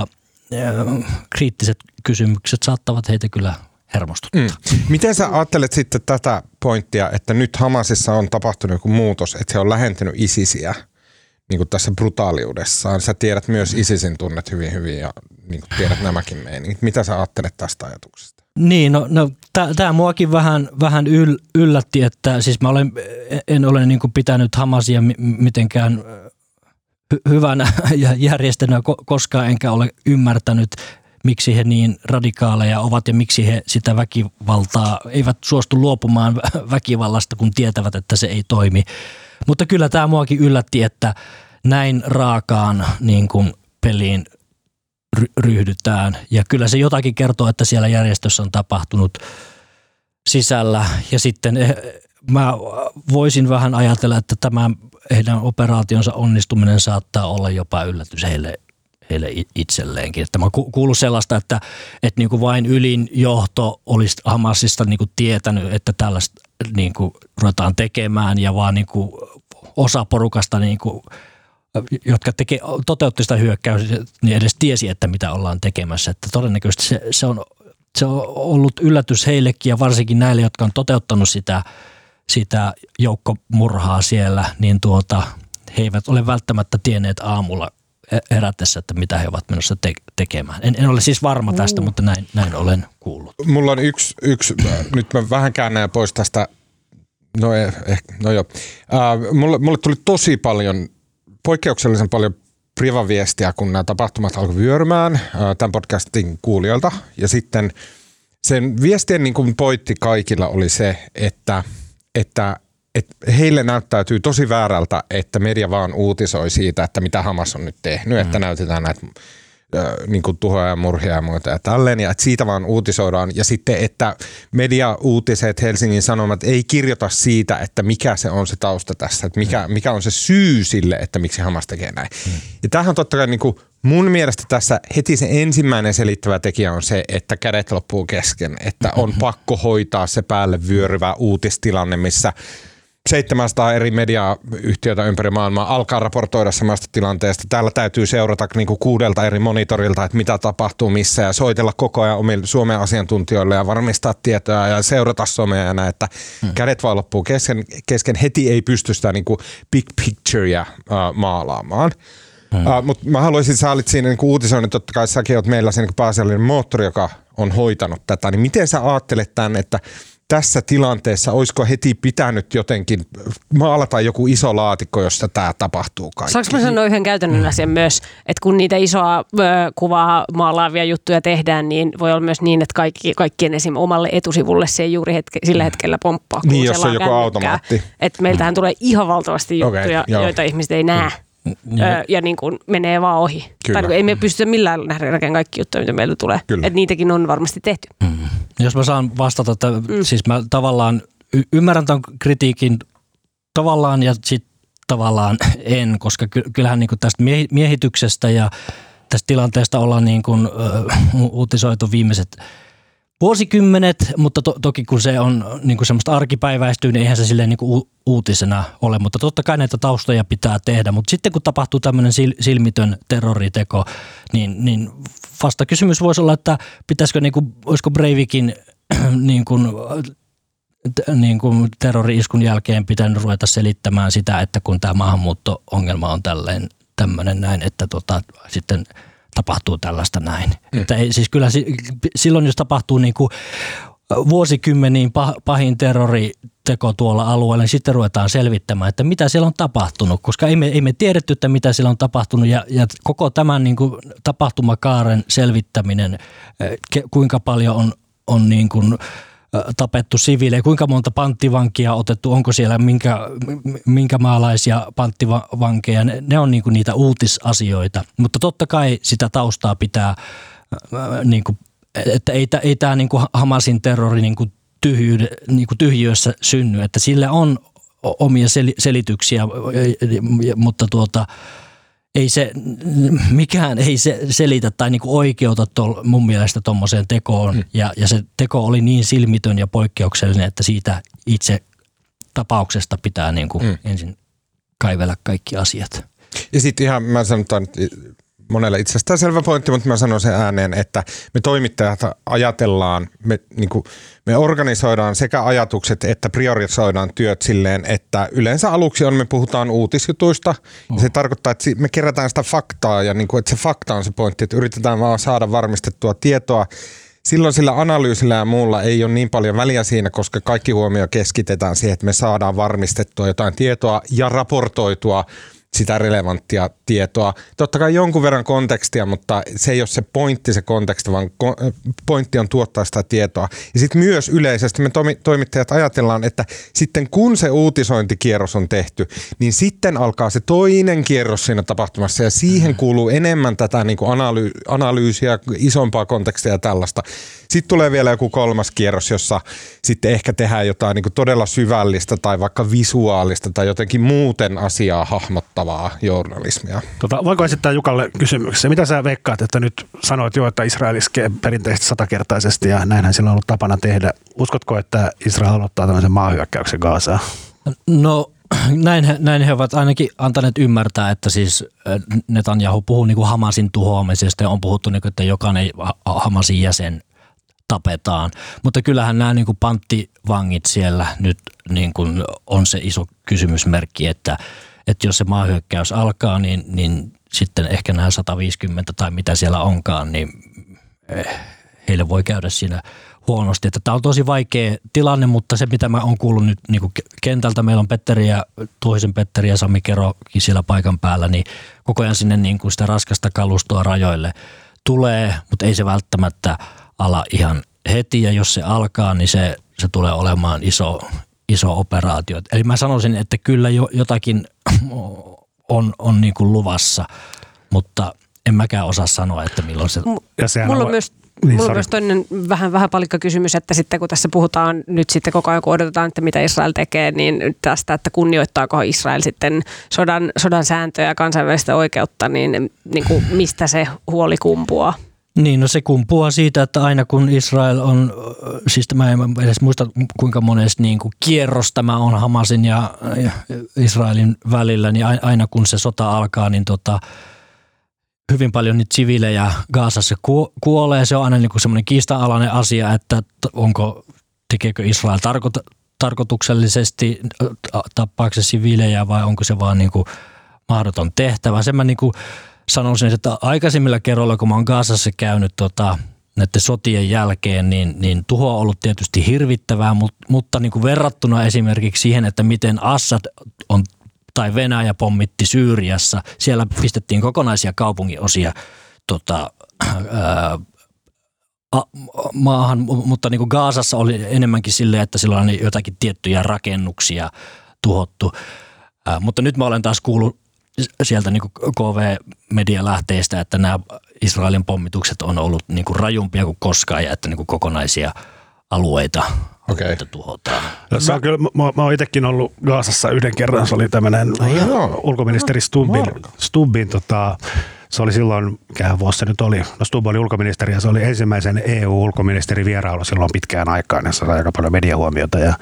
kriittiset kysymykset saattavat heitä kyllä hermostuttaa. Miten sä ajattelet sitten tätä pointtia, että nyt Hamasissa on tapahtunut joku muutos, että he on lähentynyt ISISiä niin kuin tässä brutaaliudessaan? Sä tiedät myös ISISin tunnet hyvin ja niin kuin tiedät nämäkin meiningit. Mitä sä ajattelet tästä ajatuksesta? Niin, no tämä muakin vähän yllätti, että siis mä en ole niin kuin pitänyt Hamasia mitenkään hyvänä järjestönä koskaan, enkä ole ymmärtänyt, miksi he niin radikaaleja ovat ja miksi he sitä väkivaltaa eivät suostu luopumaan väkivallasta, kun tietävät, että se ei toimi. Mutta kyllä tämä muakin yllätti, että näin raakaan niin kuin peliin ryhdytään. Ja kyllä se jotakin kertoo, että siellä järjestössä on tapahtunut sisällä. Ja sitten mä voisin vähän ajatella, että tämä heidän operaationsa onnistuminen saattaa olla jopa yllätys heille itselleenkin. Että mä kuullut sellaista, että niin kuin vain ylin johto olisi Hamasista niin kuin tietänyt, että tällaista niin kuin ruvetaan tekemään ja vaan niin kuin osa porukasta, niin kuin, jotka toteutti sitä hyökkäystä, niin edes tiesi, että mitä ollaan tekemässä. Että todennäköisesti se on ollut yllätys heillekin ja varsinkin näille, jotka on toteuttanut sitä joukkomurhaa siellä, niin he eivät ole välttämättä tienneet aamulla herätessä, että mitä he ovat menossa tekemään. En ole siis varma tästä, mutta näin olen kuullut. Mulla on yksi nyt mä vähän käännän pois tästä, no joo. Mulle tuli tosi paljon, poikkeuksellisen paljon privaviestiä, kun nämä tapahtumat alkoi vyörymään tämän podcastin kuulijoilta. Ja sitten sen viestien niin kuin pointti kaikilla oli se, että heille näyttäytyy tosi väärältä, että media vaan uutisoi siitä, että mitä Hamas on nyt tehnyt, että näytetään näitä niin kuin tuhoja ja murhia ja muuta ja tälleen, ja että siitä vaan uutisoidaan. Ja sitten, että mediauutiset, Helsingin Sanomat ei kirjoita siitä, että mikä se on se tausta tässä, että mikä on se syy sille, että miksi Hamas tekee näin. Ja tämähän on totta kai niin kuin mun mielestä tässä heti se ensimmäinen selittävä tekijä on se, että kädet loppuu kesken, että on pakko hoitaa se päälle vyöryvä uutistilanne, missä 700 eri mediayhtiötä ympäri maailmaa alkaa raportoida samasta tilanteesta. Täällä täytyy seurata niin kuin 6 eri monitorilta, että mitä tapahtuu missä ja soitella koko ajan omille Suomen asiantuntijoille ja varmistaa tietoa ja seurata somea ja näin, että kädet vaan loppuu kesken. Heti ei pysty sitä niin kuin big picturea maalaamaan. Mutta mä haluaisin, sä olit siinä niin uutisoinnin, totta kai säkin oot meillä se niin pääasiallinen moottori, joka on hoitanut tätä, niin miten sä ajattelet tämän, että tässä tilanteessa olisiko heti pitänyt jotenkin maalata joku iso laatikko, jossa tämä tapahtuu kaikki? Saanko mä sanoa yhden käytännön asian myös, että kun niitä isoa kuvaa maalaavia juttuja tehdään, niin voi olla myös niin, että kaikkien esim. Omalle etusivulle se ei juuri sillä hetkellä pomppaa. Niin, jos on joku automaatti. Että meiltähän tulee ihan valtavasti juttuja, joita ihmiset ei näe. Ja niin kuin menee vaan ohi. Tai ei me pystytä millään nähdä kaikki juttuja, mitä meillä tulee. Että niitäkin on varmasti tehty. Jos mä saan vastata, että siis mä tavallaan ymmärrän tämän kritiikin tavallaan ja sitten tavallaan en, koska kyllähän niin kuin tästä miehityksestä ja tästä tilanteesta ollaan niin kuin, uutisoitu viimeiset vuosikymmenet, mutta toki kun se on niin kuin semmoista arkipäiväistyä, niin eihän se silleen niin kuin uutisena ole, mutta totta kai näitä taustoja pitää tehdä, mutta sitten kun tapahtuu tämmöinen silmitön terroriteko, niin vasta kysymys voisi olla, että pitäisikö, niin kuin, olisiko Breivikin niin kuin terrori-iskun jälkeen pitänyt ruveta selittämään sitä, että kun tämä maahanmuutto-ongelma on tämmöinen näin, että sitten tapahtuu tällaista näin. Että ei, siis kyllä silloin, jos tapahtuu niin kuin vuosikymmeniin pahin terroriteko tuolla alueella, niin sitten ruvetaan selvittämään, että mitä siellä on tapahtunut, koska ei me tiedetty, että mitä siellä on tapahtunut ja koko tämän niin kuin tapahtumakaaren selvittäminen, kuinka paljon on niin kuin tapettu siviilejä, kuinka monta panttivankia otettu, onko siellä minkä maalaisia panttivankeja, ne on niinku niitä uutisasioita, mutta totta kai sitä taustaa pitää, niinku, että ei tämä niinku Hamasin terrori niinku tyhjiössä synny, että sillä on omia selityksiä, mutta ei se mikään ei se selitä tai niinku oikeuta mun mielestä tuommoiseen tekoon. Ja se teko oli niin silmitön ja poikkeuksellinen, että siitä itse tapauksesta pitää niinku ensin kaivella kaikki asiat. Ja sitten ihan mä sanotaan, monelle itsestäänselvä pointti, mutta mä sanon sen ääneen, että me toimittajat ajatellaan, me organisoidaan sekä ajatukset että priorisoidaan työt silleen, että yleensä aluksi me puhutaan uutisjutuista. Ja se tarkoittaa, että me kerätään sitä faktaa ja että se fakta on se pointti, että yritetään vaan saada varmistettua tietoa. Silloin sillä analyysillä ja muulla ei ole niin paljon väliä siinä, koska kaikki huomio keskitetään siihen, että me saadaan varmistettua jotain tietoa ja raportoitua sitä relevanttia tietoa. Totta kai jonkun verran kontekstia, mutta se ei ole se pointti, se konteksti, vaan pointti on tuottaa sitä tietoa. Ja sitten myös yleisesti me toimittajat ajatellaan, että sitten kun se uutisointikierros on tehty, niin sitten alkaa se toinen kierros siinä tapahtumassa ja siihen kuuluu enemmän tätä niin kuin analyysiä, isompaa kontekstia ja tällaista. Sitten tulee vielä joku 3. kierros, jossa sitten ehkä tehdään jotain niin kuin todella syvällistä tai vaikka visuaalista tai jotenkin muuten asiaa hahmottavaa journalismia. Voinko esittää Jukalle kysymyksen? Mitä sä veikkaat, että nyt sanoit jo, että Israel iskee perinteisesti 100-kertaisesti ja näinhän sillä on ollut tapana tehdä. Uskotko, että Israel aloittaa tämmöisen maahyökkäyksen Gazaan? No näin he ovat ainakin antaneet ymmärtää, että siis Netanyahu puhuu niin kuin Hamasin tuhoamisesta ja on puhuttu, niin kuin, että jokainen Hamasin jäsen tapetaan. Mutta kyllähän nämä niin kuin panttivangit siellä nyt niin kuin on se iso kysymysmerkki, että jos se maahyökkäys alkaa, niin sitten ehkä nämä 150 tai mitä siellä onkaan, niin heille voi käydä siinä huonosti. Että tämä on tosi vaikea tilanne, mutta se mitä mä oon kuullut nyt niin kuin kentältä, meillä on Tuohisen Petteri ja Sami Kerokin siellä paikan päällä, niin koko ajan sinne niin kuin sitä raskasta kalustoa rajoille tulee, mutta ei se välttämättä ala ihan heti, ja jos se alkaa, niin se tulee olemaan iso operaatio. Eli mä sanoisin, että kyllä jotakin on niin kuin luvassa, mutta en mäkään osaa sanoa, että milloin se... Mulla on myös toinen vähän palikkakysymys, että sitten kun tässä puhutaan nyt sitten koko ajan, kun odotetaan, että mitä Israel tekee, niin tästä, että kunnioittaako Israel sitten sodan sääntöjä ja kansainvälistä oikeutta, niin kuin mistä se huoli kumpuaa? Niin, no se kumpuaa siitä, että aina kun Israel on, siis mä en edes muista kuinka monesta niin kuin kierros tämä on Hamasin ja Israelin välillä, niin aina kun se sota alkaa, niin hyvin paljon niitä siviilejä Gazassa kuolee. Se on aina niin kuin semmoinen kiistanalainen asia, että tekeekö Israel tarkoituksellisesti tappaako se siviilejä vai onko se vaan niin kuin mahdoton tehtävä. Sen mä niin kuin sanoisin, että aikaisemmilla kerroilla, kun mä oon Gazassa käynyt näiden sotien jälkeen, niin tuho on ollut tietysti hirvittävää, mutta niin kuin verrattuna esimerkiksi siihen, että miten Assad on tai Venäjä pommitti Syyriassa. Siellä pistettiin kokonaisia kaupunginosia maahan, mutta niin kuin Gazassa oli enemmänkin silleen, että silloin oli jotakin tiettyjä rakennuksia tuhottu. Mutta nyt mä olen taas kuullut sieltä niin kuin KV-medialähteistä, että nämä Israelin pommitukset on ollut niin kuin rajumpia kuin koskaan ja että niin kuin kokonaisia alueita tuhotaan. Se on kyllä, mä oon itsekin ollut Gazassa yhden kerran, se oli tämmöinen ulkoministeri Stubbin, se oli silloin, mikähän vuosi se nyt oli, no Stubb oli ulkoministeri ja se oli ensimmäisen EU-ulkoministerin vierailu silloin pitkään aikaan ja se sai aika paljon mediahuomiota ja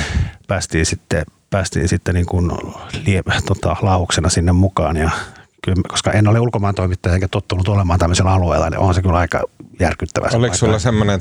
päästiin sitten niin kuin lauhuksena sinne mukaan ja kyllä, koska en ole ulkomaan toimittaja enkä tottunut olemaan tämmöisellä alueella, niin on se kyllä aika järkyttävä. Oliko sulla semmoinen,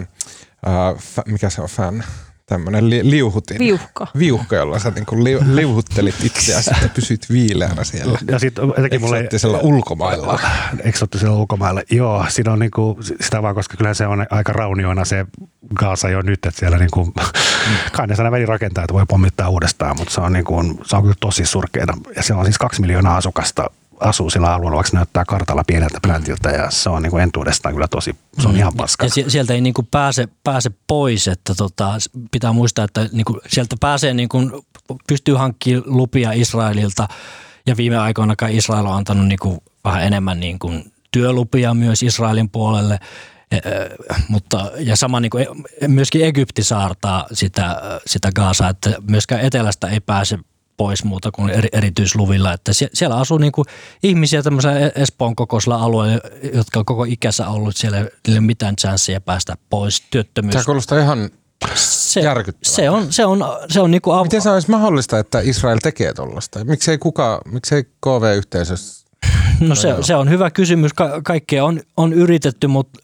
mikä se on fan? Tämmöinen liuhutin. Viuhka, jolla sä niin kuin liuhuttelit itseäsi ja pysyt viileänä siellä. Ja eksoottisella ulkomailla. Eksoottisella ulkomailla, joo. Siinä on niinku, sitä vaan, koska kyllä se on aika raunioina se Gaza jo nyt, että siellä niinku, kai ne välirakentajat voi pommittaa uudestaan, mutta se on kyllä tosi surkeita. Ja siellä on siis 2 miljoonaa asukasta asuu sillä alueella, vaikka se näyttää kartalla pieneltä pläntiltä ja se on niin entuudestaan kyllä se on ihan paska. Ja sieltä ei niin kuin pääse pois, että pitää muistaa, että niin kuin sieltä pääsee pystyy hankkimaan lupia Israelilta ja viime aikoina kai Israel on antanut niin kuin vähän enemmän niin kuin työlupia myös Israelin puolelle, mutta ja sama niin kuin myöskin Egypti saartaa sitä Gazaa, että myöskään etelästä ei pääse pois muuta kuin erityisluvilla, että siellä asuu niinku ihmisiä tämmöisellä Espoon kokoisella alueella, jotka on koko ikänsä ollut siellä, ei ole mitään chanssiä päästä pois, työttömyys. Tämä kuulostaa ihan järkyttävää. Se on niinku miten se olisi mahdollista, että Israel tekee tuollaista? Miksei KV-yhteisössä? No se on hyvä kysymys. Kaikkea on yritetty, mutta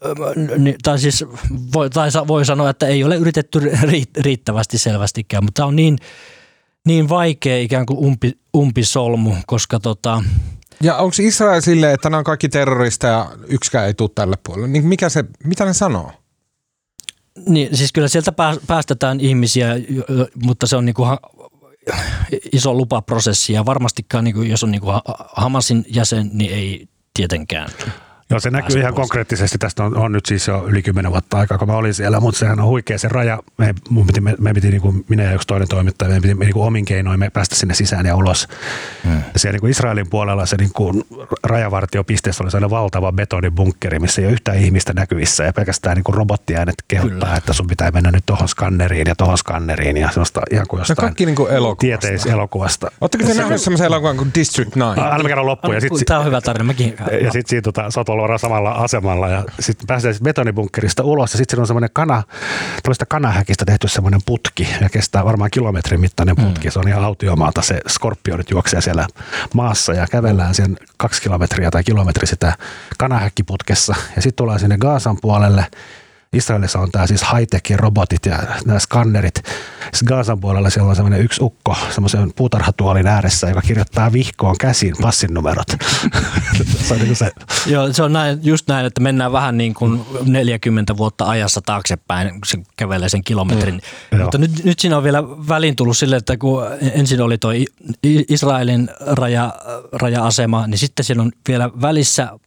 voi sanoa, että ei ole yritetty riittävästi selvästikään, mutta tämä on niin vaikea ikään kuin umpisolmu, koska Ja onko Israel silleen, että nämä on kaikki terroristeja ja yksikään ei tule tälle puolelle? Niin mitä ne sanoo? Niin, siis kyllä sieltä päästetään ihmisiä, mutta se on niin kuin iso lupaprosessi ja varmastikaan niin kuin, jos on niin kuin Hamasin jäsen, niin ei tietenkään. Joo, se näkyy ihan konkreettisesti. Tästä on nyt siis jo yli 10 vuotta aikaa, kun mä olin siellä, mutta sehän on huikea se raja. Me piti niin kuin minä ja yksi toinen toimittaja, me piti niin kuin omin keinoin me päästä sinne sisään ja ulos. Ja siellä niin kuin Israelin puolella se niin kuin rajavartiopisteessä oli sellainen valtava betonibunkkeri, missä ei ole yhtään ihmistä näkyvissä ja pelkästään niin kuin robottiäänet kehottaa, että sun pitää mennä nyt tohon skanneriin ja sellaista ihan kuin jostain kaikki niin kuin tieteiselokuvasta. Oletteko te nähneet sellaisen elokuvan kuin District 9? Aina mä käydään loppuun. Tämä on hyvä tarina, mäkin. Ja sitten siinä sä oot samalla asemalla ja sitten pääsee betonibunkkerista ulos ja sitten siinä on semmoinen tällaista kanahäkistä tehty semmoinen putki ja kestää varmaan kilometrin mittainen putki. Se on ihan autiomaata, se skorpionit juoksee siellä maassa ja kävellään sen 2 kilometriä tai kilometri sitä kanahäkkiputkessa ja sitten tullaan sinne Gazan puolelle. Israelissa on tämä siis high-techin robotit ja nämä skannerit. Gazan puolella siellä on semmoinen yksi ukko semmoisen puutarhatuolin ääressä, joka kirjoittaa vihkoon käsin passinnumerot. Se on niin se. Joo, se on just näin, että mennään vähän niin kuin 40 vuotta ajassa taaksepäin, kun se kävelee sen kilometrin. Mutta nyt siinä on vielä väliin tullut sille, että kun ensin oli tuo Israelin raja-asema, niin sitten siinä on vielä välissä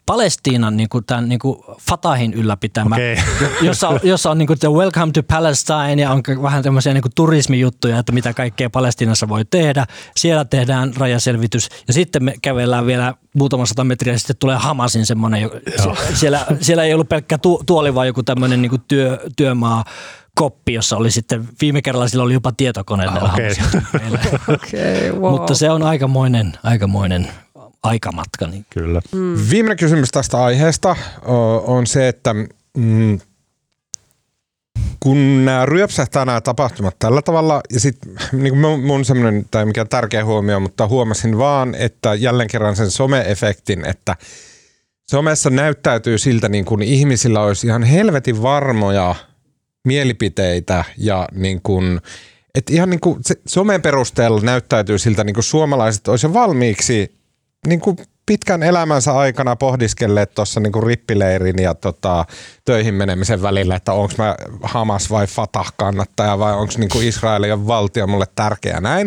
Palestiinan niin kuin tämän niin kuin Fatahin ylläpitämä, jossa on niin kuin Welcome to Palestine ja on vähän tämmöisiä niin kuin turismijuttuja, että mitä kaikkea Palestiinassa voi tehdä. Siellä tehdään rajaselvitys ja sitten me kävellään vielä muutama 100 metriä ja sitten tulee Hamasin semmoinen, siellä ei ollut pelkkä tuoli, vaan joku tämmöinen niin kuin työmaa koppi, jossa oli sitten, viime kerralla sillä oli jopa tietokone. Wow. Mutta se on aikamoinen aikamatka. Niin. Kyllä. Viimeinen kysymys tästä aiheesta on se, että kun nämä ryöpsähtää nämä tapahtumat tällä tavalla, ja sitten niin mun semmoinen, tai mikä tärkeä huomio, mutta huomasin vaan, että jälleen kerran sen some-efektin, että somessa näyttäytyy siltä, niin kuin ihmisillä olisi ihan helvetin varmoja mielipiteitä ja niin kuin, että ihan niin kuin somen perusteella näyttäytyy siltä, niin kuin suomalaiset olisi valmiiksi niin kuin pitkän elämänsä aikana pohdiskelleet tuossa niin kuin rippileirin ja töihin menemisen välillä, että onko mä Hamas vai Fatah kannattaja vai onko niin kuin Israelin valtio mulle tärkeä näin.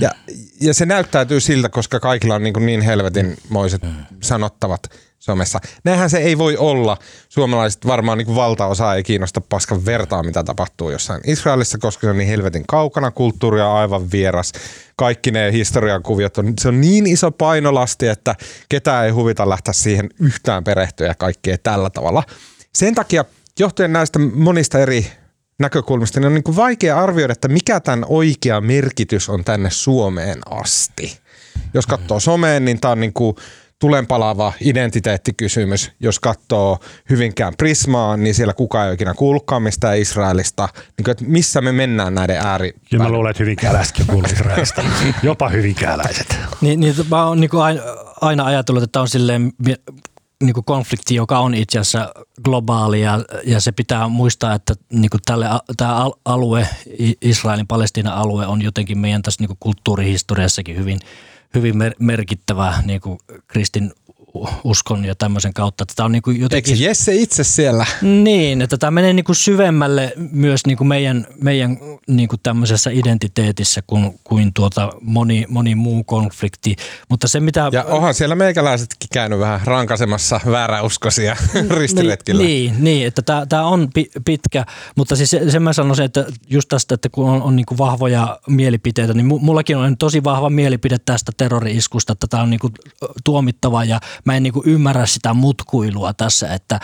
Ja se näyttäytyy siltä, koska kaikilla on niin helvetinmoiset sanottavat somessa. Näinhän se ei voi olla. Suomalaiset varmaan niin kuin valtaosa ei kiinnosta paskan vertaa, mitä tapahtuu jossain Israelissa, koska se on niin helvetin kaukana, kulttuuri on aivan vieras. Kaikki ne historian kuviot, se on niin iso painolasti, että ketään ei huvita lähteä siihen yhtään perehtyä ja kaikkea tällä tavalla. Sen takia johtuen näistä monista eri näkökulmista, niin on niin kuin vaikea arvioida, että mikä tämän oikea merkitys on tänne Suomeen asti. Jos katsoo someen, niin tämä on niin kuin tulenpalaava identiteettikysymys. Jos katsoo Hyvinkään Prismaa, niin siellä kukaan ei ole ikinä kuullutkaan mistään Israelista. Niin, että missä me mennään näiden Ja mä luulen, että hyvinkääläisetkin kuuluu Israelista. Jopa hyvinkääläiset. Niin, mä oon niin aina ajatellut, että on silleen niin kuin konflikti, joka on itse asiassa globaali ja se pitää muistaa, että niin kuin tämä alue, Israelin Palestiinan alue on jotenkin meidän tässä niin kuin kulttuurihistoriassakin hyvin merkittävä niin kuin kristin uskon ja tämmöisen kautta. Että tämä on niin kuin jotenkin, eikö Jesse itse siellä? Niin, että tämä menee niin kuin syvemmälle myös niin kuin meidän niin kuin tämmöisessä identiteetissä kuin moni muu konflikti. Mutta se mitä... Ja onhan siellä meikäläisetkin käynyt vähän rankasemassa vääräuskoisia ristiretkillä. Niin, että tämä on pitkä, mutta siis sen mä sanoisin, että just tästä, että kun on niin kuin vahvoja mielipiteitä, niin mullakin on tosi vahva mielipide tästä terrori-iskusta, että tämä on niin kuin tuomittava ja mä en niin kuin ymmärrä sitä mutkuilua tässä, että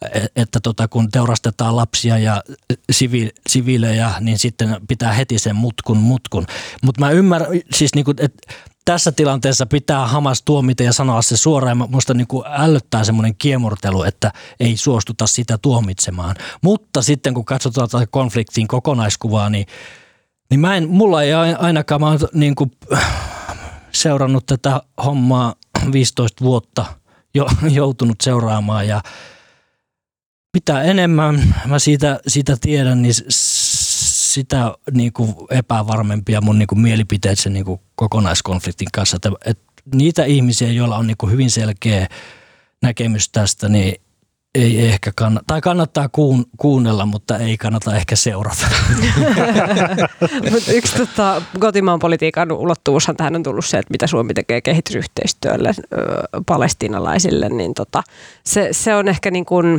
kun teurastetaan lapsia ja siviilejä, niin sitten pitää heti sen mutkun. Mutta mä ymmärrän, siis niin kuin, että tässä tilanteessa pitää Hamas tuomita ja sanoa se suoraan. Musta niin kuin ällöttää semmoinen kiemurtelu, että ei suostuta sitä tuomitsemaan. Mutta sitten kun katsotaan tätä konfliktin kokonaiskuvaa, niin mulla ei ainakaan, mä oon niin kuin seurannut tätä hommaa 15 vuotta joutunut seuraamaan ja mitä enemmän mä siitä tiedän, niin sitä niin kuin epävarmempia mun niin kuin mielipiteet sen niin kuin kokonaiskonfliktin kanssa. Että niitä ihmisiä, joilla on niin kuin hyvin selkeä näkemys tästä, niin ei ehkä kannattaa kuunnella, mutta ei kannata ehkä seurata. Yksi kotimaan politiikan ulottuvuushan tähän on tullut se, että mitä Suomi tekee kehitysyhteistyölle palestiinalaisille, niin se on ehkä niin kuin,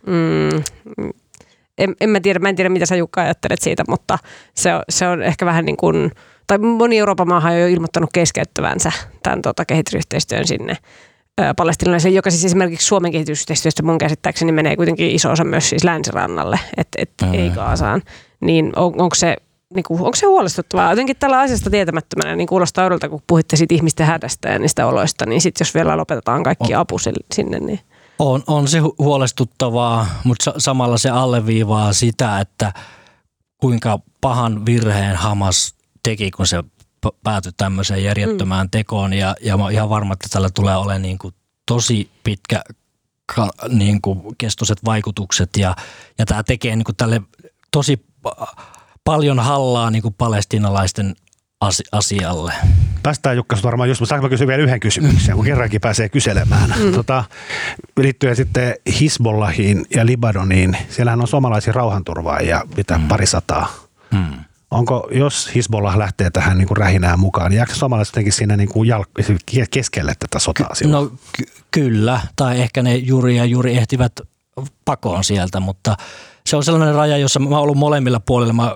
en tiedä mitä sä Jukka ajattelet siitä, mutta se on ehkä vähän niin kuin, tai moni Euroopan maahan on jo ilmoittanut keskeyttävänsä tämän kehitysyhteistyön sinne palestiinalaisen, joka siis esimerkiksi Suomen kehitysyhteistyöstä mun käsittääkseni menee kuitenkin iso osa myös siis länsirannalle, ei Gazaan. Niin onko se huolestuttavaa? Jotenkin tällä asiasta tietämättömänä niin kuulostaa odolta, kun puhuitte siitä ihmisten hädästä ja niistä oloista, niin sitten jos vielä lopetetaan kaikki apu sinne, niin... On se huolestuttavaa, mutta samalla se alleviivaa sitä, että kuinka pahan virheen Hamas teki, kun se päätyi tämmöiseen järjettömään tekoon ja mä oon ihan varma, että tällä tulee olemaan niin kuin tosi pitkä niin kuin kestoiset vaikutukset ja tämä tekee niin kuin tälle tosi paljon hallaa niin kuin palestiinalaisten asialle. Päästään Jukka varmaan just, mutta saanko mä kysyä vielä yhden kysymyksen, kun kerrankin pääsee kyselemään. Liittyen sitten Hizbollahiin ja Libanoniin, siellähän on suomalaisia rauhanturvaajia, mitä 200. jos Hizbollah lähtee tähän niin kuin rähinään mukaan, niin jääkö suomalaiset jotenkin siinä niin kuin keskelle tätä sotaa silloin? No kyllä, tai ehkä ne juuri ehtivät pakoon sieltä, mutta se on sellainen raja, jossa mä oon ollut molemmilla puolilla.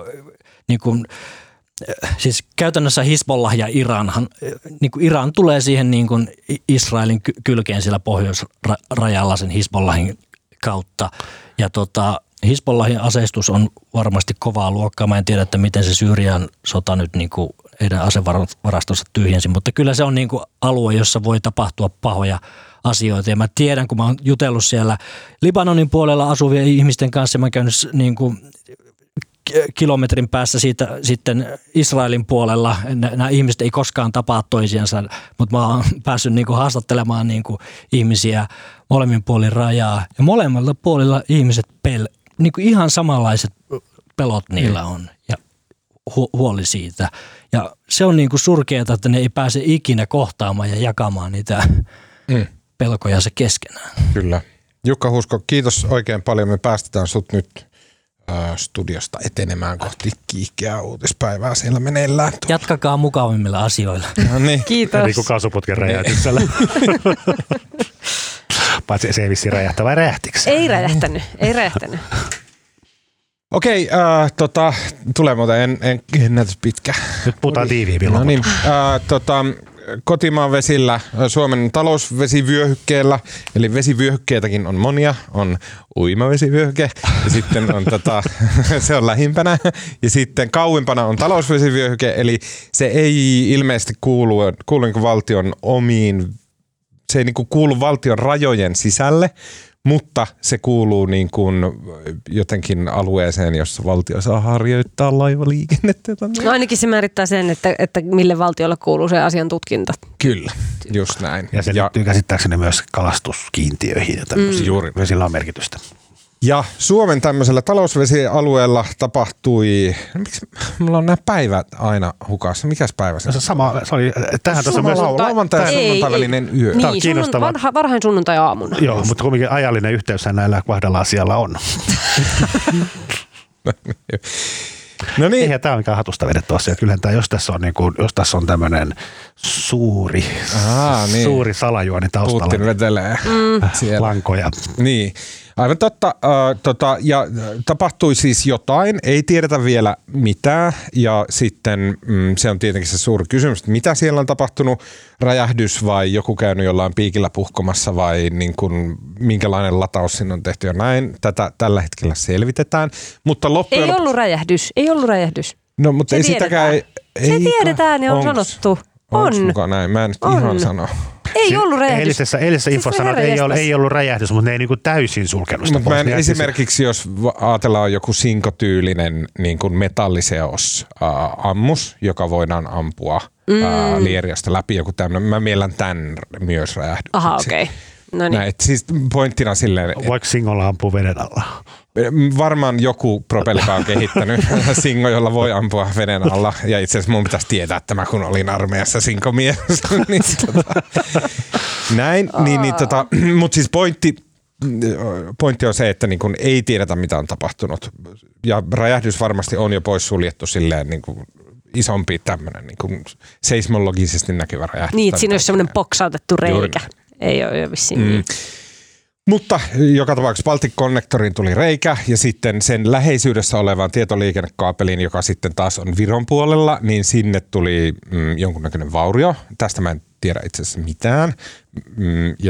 Siis käytännössä Hizbollah ja Iranhan, niin kuin Iran tulee siihen niin kuin Israelin kylkeen siellä pohjoisrajalla sen Hizbollahin kautta. Ja Hizbollahin aseistus on varmasti kovaa luokkaa. Mä en tiedä, että miten se Syyrian sota nyt niin kuin heidän asevarastonsa tyhjensi, mutta kyllä se on niin kuin alue, jossa voi tapahtua pahoja asioita. Ja mä tiedän, kun mä oon jutellut siellä Libanonin puolella asuvien ihmisten kanssa, mä oon käynyt niin kuin kilometrin päässä siitä sitten Israelin puolella. Nämä ihmiset ei koskaan tapaa toisiansa, mutta mä oon päässyt niin kuin haastattelemaan niin kuin ihmisiä molemmin puolin rajaa. Ja molemmilla puolilla ihmiset niin kuin ihan samanlaiset pelot niillä on ja huoli siitä. Ja se on niin kuin surkeata, että ne ei pääse ikinä kohtaamaan ja jakamaan niitä pelkoja se keskenään. Kyllä. Jukka Husko, kiitos oikein paljon. Me päästetään sut nyt studiosta etenemään kohti kiihkeää uutispäivää siellä meneillään. Jatkakaa mukavimmilla asioilla. No niin. Kiitos. Eli kuin kaasuputken räjähtyksellä. Paitsi se ei vissiin räjähtä, vai räjähtikö se? Ei räjähtänyt. Okei, tulee muuten ennätys pitkä. Nyt puhutaan tiiviimmin. No niin, kotimaan vesillä, Suomen talousvesivyöhykkeellä, eli vesivyöhykkeitäkin on monia, on uimavesivyöhyke ja sitten on se on lähimpänä ja sitten kauimpana on talousvesivyöhyke, eli se ei ilmeisesti kuulu niin kuin valtion omiin, se ei niin kuin kuulu valtion rajojen sisälle, mutta se kuuluu niin kuin jotenkin alueeseen, jossa valtio saa harjoittaa laivaliikennettä. No ainakin se määrittää sen, että mille valtiolle kuuluu se asian tutkinta. Kyllä, just näin. Ja se liittyy käsittääkseni myös kalastuskiintiöihin ja tämmöisiin. Juuri, sillä on merkitystä. Ja Suomen tämmöisellä talousvesialueella tapahtui, miksi mulla on nämä päivät aina hukassa, mikäs päivä se on? Se oli, tähän tuossa myös lauantai ja sunnuntai välinen yö. Niin, tämä on kiinnostavaa. Varhain sunnuntai-aamuna. Joo, mutta kuitenkin ajallinen yhteys näillä kahdella asialla on. No niin. Eihän tämä ole mikään hatusta vedetty asia. Kyllähän tämä, jos tässä on tämmöinen suuri salajuoni taustalla. Putin vetelee lankoja. Niin. Aivan totta. Ja tapahtui siis jotain, ei tiedetä vielä mitään. Ja sitten se on tietenkin se suuri kysymys, että mitä siellä on tapahtunut, räjähdys vai joku käynyt jollain piikillä puhkomassa vai niin kuin, minkälainen lataus sinne on tehty ja näin. Tätä tällä hetkellä selvitetään. Mutta ei ollut räjähdys. No, mutta se ei sitäkään. Se tiedetään ja on sanottu. Onko mukaan näin? Mä en nyt ihan sano. Ei ollut räjähdys. Eilisessä infossa sanoi, että ei ollut räjähdys, mutta ne ei niinku täysin sulkenut sitä pois. Esimerkiksi jos ajatellaan joku sinkotyylinen niin kuin metalliseos ammus, joka voidaan ampua lieriöstä läpi, joku tämmöinen. Mä miellän tämän myös räjähdykseksi. Aha, okei. Okay. No niin. Siis pointtina silleen. Voiko singolla ampua veden alla? Varmaan joku propellika on kehittänyt singo, jolla voi ampua veden alla. Ja itse asiassa mun pitäisi tietää tämä, kun olin armeijassa sinkomies. Näin. Mutta siis pointti on se, että niin kun ei tiedetä, mitä on tapahtunut. Ja räjähdys varmasti on jo poissuljettu silleen niin kuin isompi tämmöinen niin kuin seismologisesti näkyvä räjähdys. Niin, että siinä olisi semmoinen boksautettu reikä. Ei ole vissiin. Mutta joka tapauksessa Baltic-konnektoriin tuli reikä ja sitten sen läheisyydessä olevaan tietoliikennekaapeliin, joka sitten taas on Viron puolella, niin sinne tuli jonkunnäköinen vaurio. Tästä mä en tiedä itse asiassa mitään. Ja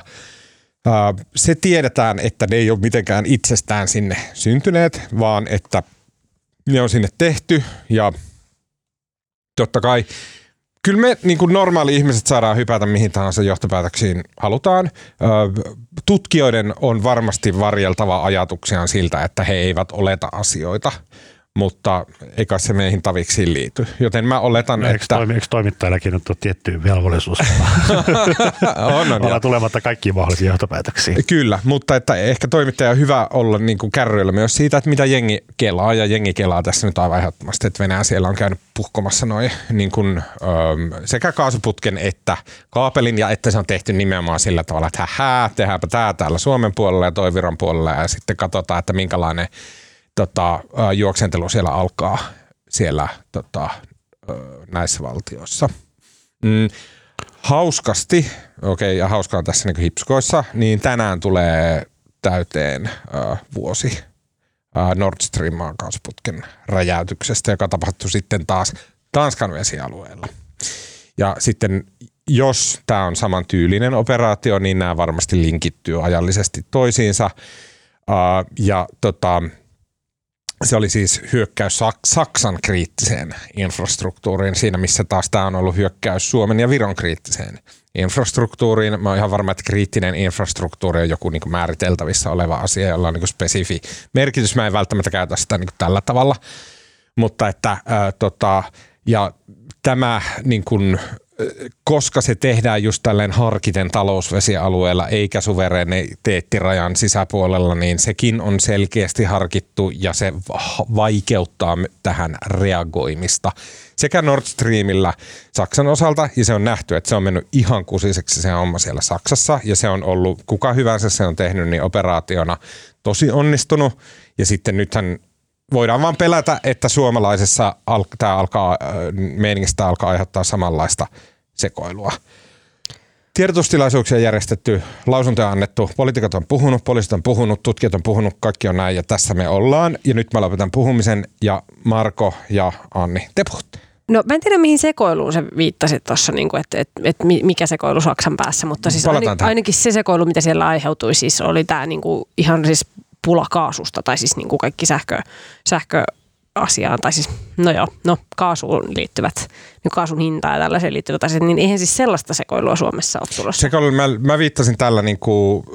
se tiedetään, että ne ei ole mitenkään itsestään sinne syntyneet, vaan että ne on sinne tehty ja totta kai kyllä me niin kuin normaali ihmiset saadaan hypätä mihin tahansa johtopäätöksiin halutaan. Tutkijoiden on varmasti varjeltava ajatuksiaan siltä, että he eivät oleta asioita, mutta eikä se meihin taviksiin liity. Joten mä oletan, että eikö toimittajallakin nyt ole tietty velvollisuus olla tulematta kaikkiin mahdollisiin johtopäätöksiin? Kyllä, mutta että ehkä toimittaja on hyvä olla niin kuin kärryillä myös siitä, että mitä jengi kelaa. Ja jengi kelaa tässä nyt aivan ehdottomasti, että Venäjä siellä on käynyt puhkomassa noin niin kuin, sekä kaasuputken että kaapelin ja että se on tehty nimenomaan sillä tavalla, että tehdäänpä tämä täällä Suomen puolella ja toi Viron puolella ja sitten katsotaan, että minkälainen juoksentelu siellä alkaa siellä näissä valtioissa. Hauskasti, ja hauskaa tässä niin hipskoissa, niin tänään tulee täyteen vuosi Nord Stream maakaasuputken räjäytyksestä, joka tapahtui sitten taas Tanskan vesialueella. Ja sitten jos tämä on samantyylinen operaatio, niin nämä varmasti linkittyy ajallisesti toisiinsa. Se oli siis hyökkäys Saksan kriittiseen infrastruktuuriin siinä, missä taas tämä on ollut hyökkäys Suomen ja Viron kriittiseen infrastruktuuriin. Mä oon ihan varma, että kriittinen infrastruktuuri on joku niin kuin määriteltävissä oleva asia, jolla on niin kuin spesifi merkitys. Mä en välttämättä käytä sitä niin kuin tällä tavalla, mutta että ja tämä niin kuin, koska se tehdään just tälleen harkiten talousvesialueella eikä suvereniteettirajan sisäpuolella, niin sekin on selkeästi harkittu ja se vaikeuttaa tähän reagoimista. Sekä Nord Streamilla Saksan osalta, ja se on nähty, että se on mennyt ihan kusiseksi se homma siellä Saksassa, ja se on ollut, kuka hyvänsä se on tehnyt, niin operaationa tosi onnistunut, ja sitten nythän voidaan vaan pelätä, että suomalaisessa tämä meiningistä alkaa aiheuttaa samanlaista sekoilua. Tiedotustilaisuuksia järjestetty, lausuntoja annettu, poliitikot on puhunut, poliisit on puhunut, tutkijat on puhunut, kaikki on näin ja tässä me ollaan. Ja nyt mä lopetan puhumisen ja Marko ja Anni, te puhutte. No mä en tiedä mihin sekoiluun sä viittasit tuossa, niin että mikä sekoilu Saksan päässä, mutta siis ainakin se sekoilu, mitä siellä aiheutui, siis oli tämä niin kuin ihan siis pula kaasusta tai siis niin kuin kaikki sähköasiaan tai siis kaasuun liittyvät, niin kaasun hintaan ja tällaiseen liittyvät asiat, niin eihän siis sellaista sekoilua Suomessa ole tulossa. Sekoilu, mä viittasin tällä niin kuin,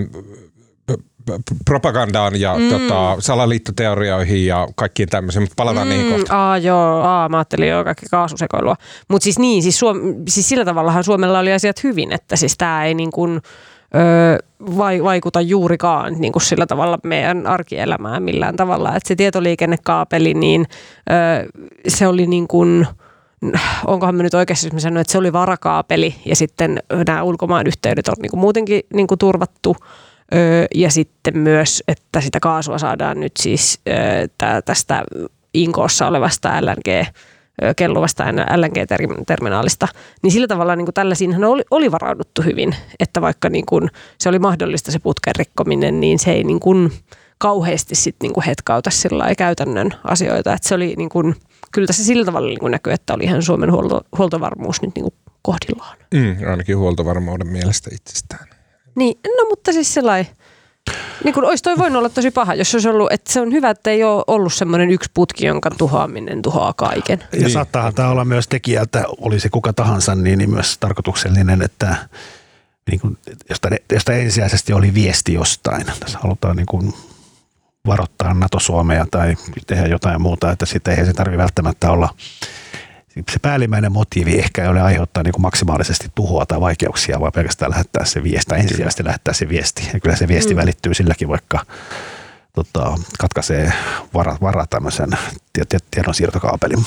propagandaan ja salaliittoteorioihin ja kaikkiin tämmöisiin, mutta palataan niihin kohta. Mä ajattelin kaikki kaasusekoilua. Mutta siis niin, siis sillä tavallahan Suomella oli asiat hyvin, että siis tämä ei niin kuin vaikuta juurikaan niin kuin sillä tavalla meidän arkielämään millään tavalla. Että se tietoliikennekaapeli, niin se oli niin kuin, onkohan me nyt oikeasti, jos mä sanon, että se oli varakaapeli ja sitten nämä ulkomaan yhteydet on niin kuin muutenkin niin kuin turvattu. Ja sitten myös, että sitä kaasua saadaan nyt siis tästä Inkoossa olevasta kelluvasta LNG-terminaalista, niin sillä tavalla niin kuin tällaisiinhan oli varauduttu hyvin, että vaikka niin kuin se oli mahdollista se putken rikkominen, niin se ei niin kuin kauheasti sitten niin kuin hetkauta sillä käytännön asioita, että se oli niin kuin, kyllä tässä sillä tavalla niin kuin näkyy, että oli ihan Suomen huoltovarmuus nyt niin kuin kohdillaan. Ainakin huoltovarmuuden mielestä itsestään. Niin, no mutta siis sellainen, niin kuin olisi toi voinut olla tosi paha, jos olisi ollut, että se on hyvä, että ei ole ollut semmoinen yksi putki, jonka tuhoaminen tuhoaa kaiken. Ja saattaa tämä olla myös tekijältä, oli se kuka tahansa, niin myös tarkoituksellinen, että niin kuin, josta ensisijaisesti oli viesti jostain. Tässä halutaan niin kuin varoittaa NATO-Suomea tai tehdä jotain muuta, että sitten ei se tarvitse välttämättä olla. Se päällimmäinen motiivi ehkä ei ole aiheuttaa niin kuin maksimaalisesti tuhoa tai vaikeuksia, vaan pelkästään lähettää se viesti, tai ensisijaisesti lähettää se viesti. Ja kyllä se viesti välittyy silläkin, vaikka katkaisee varaa tämmöisen tiedonsiirtokaapelin.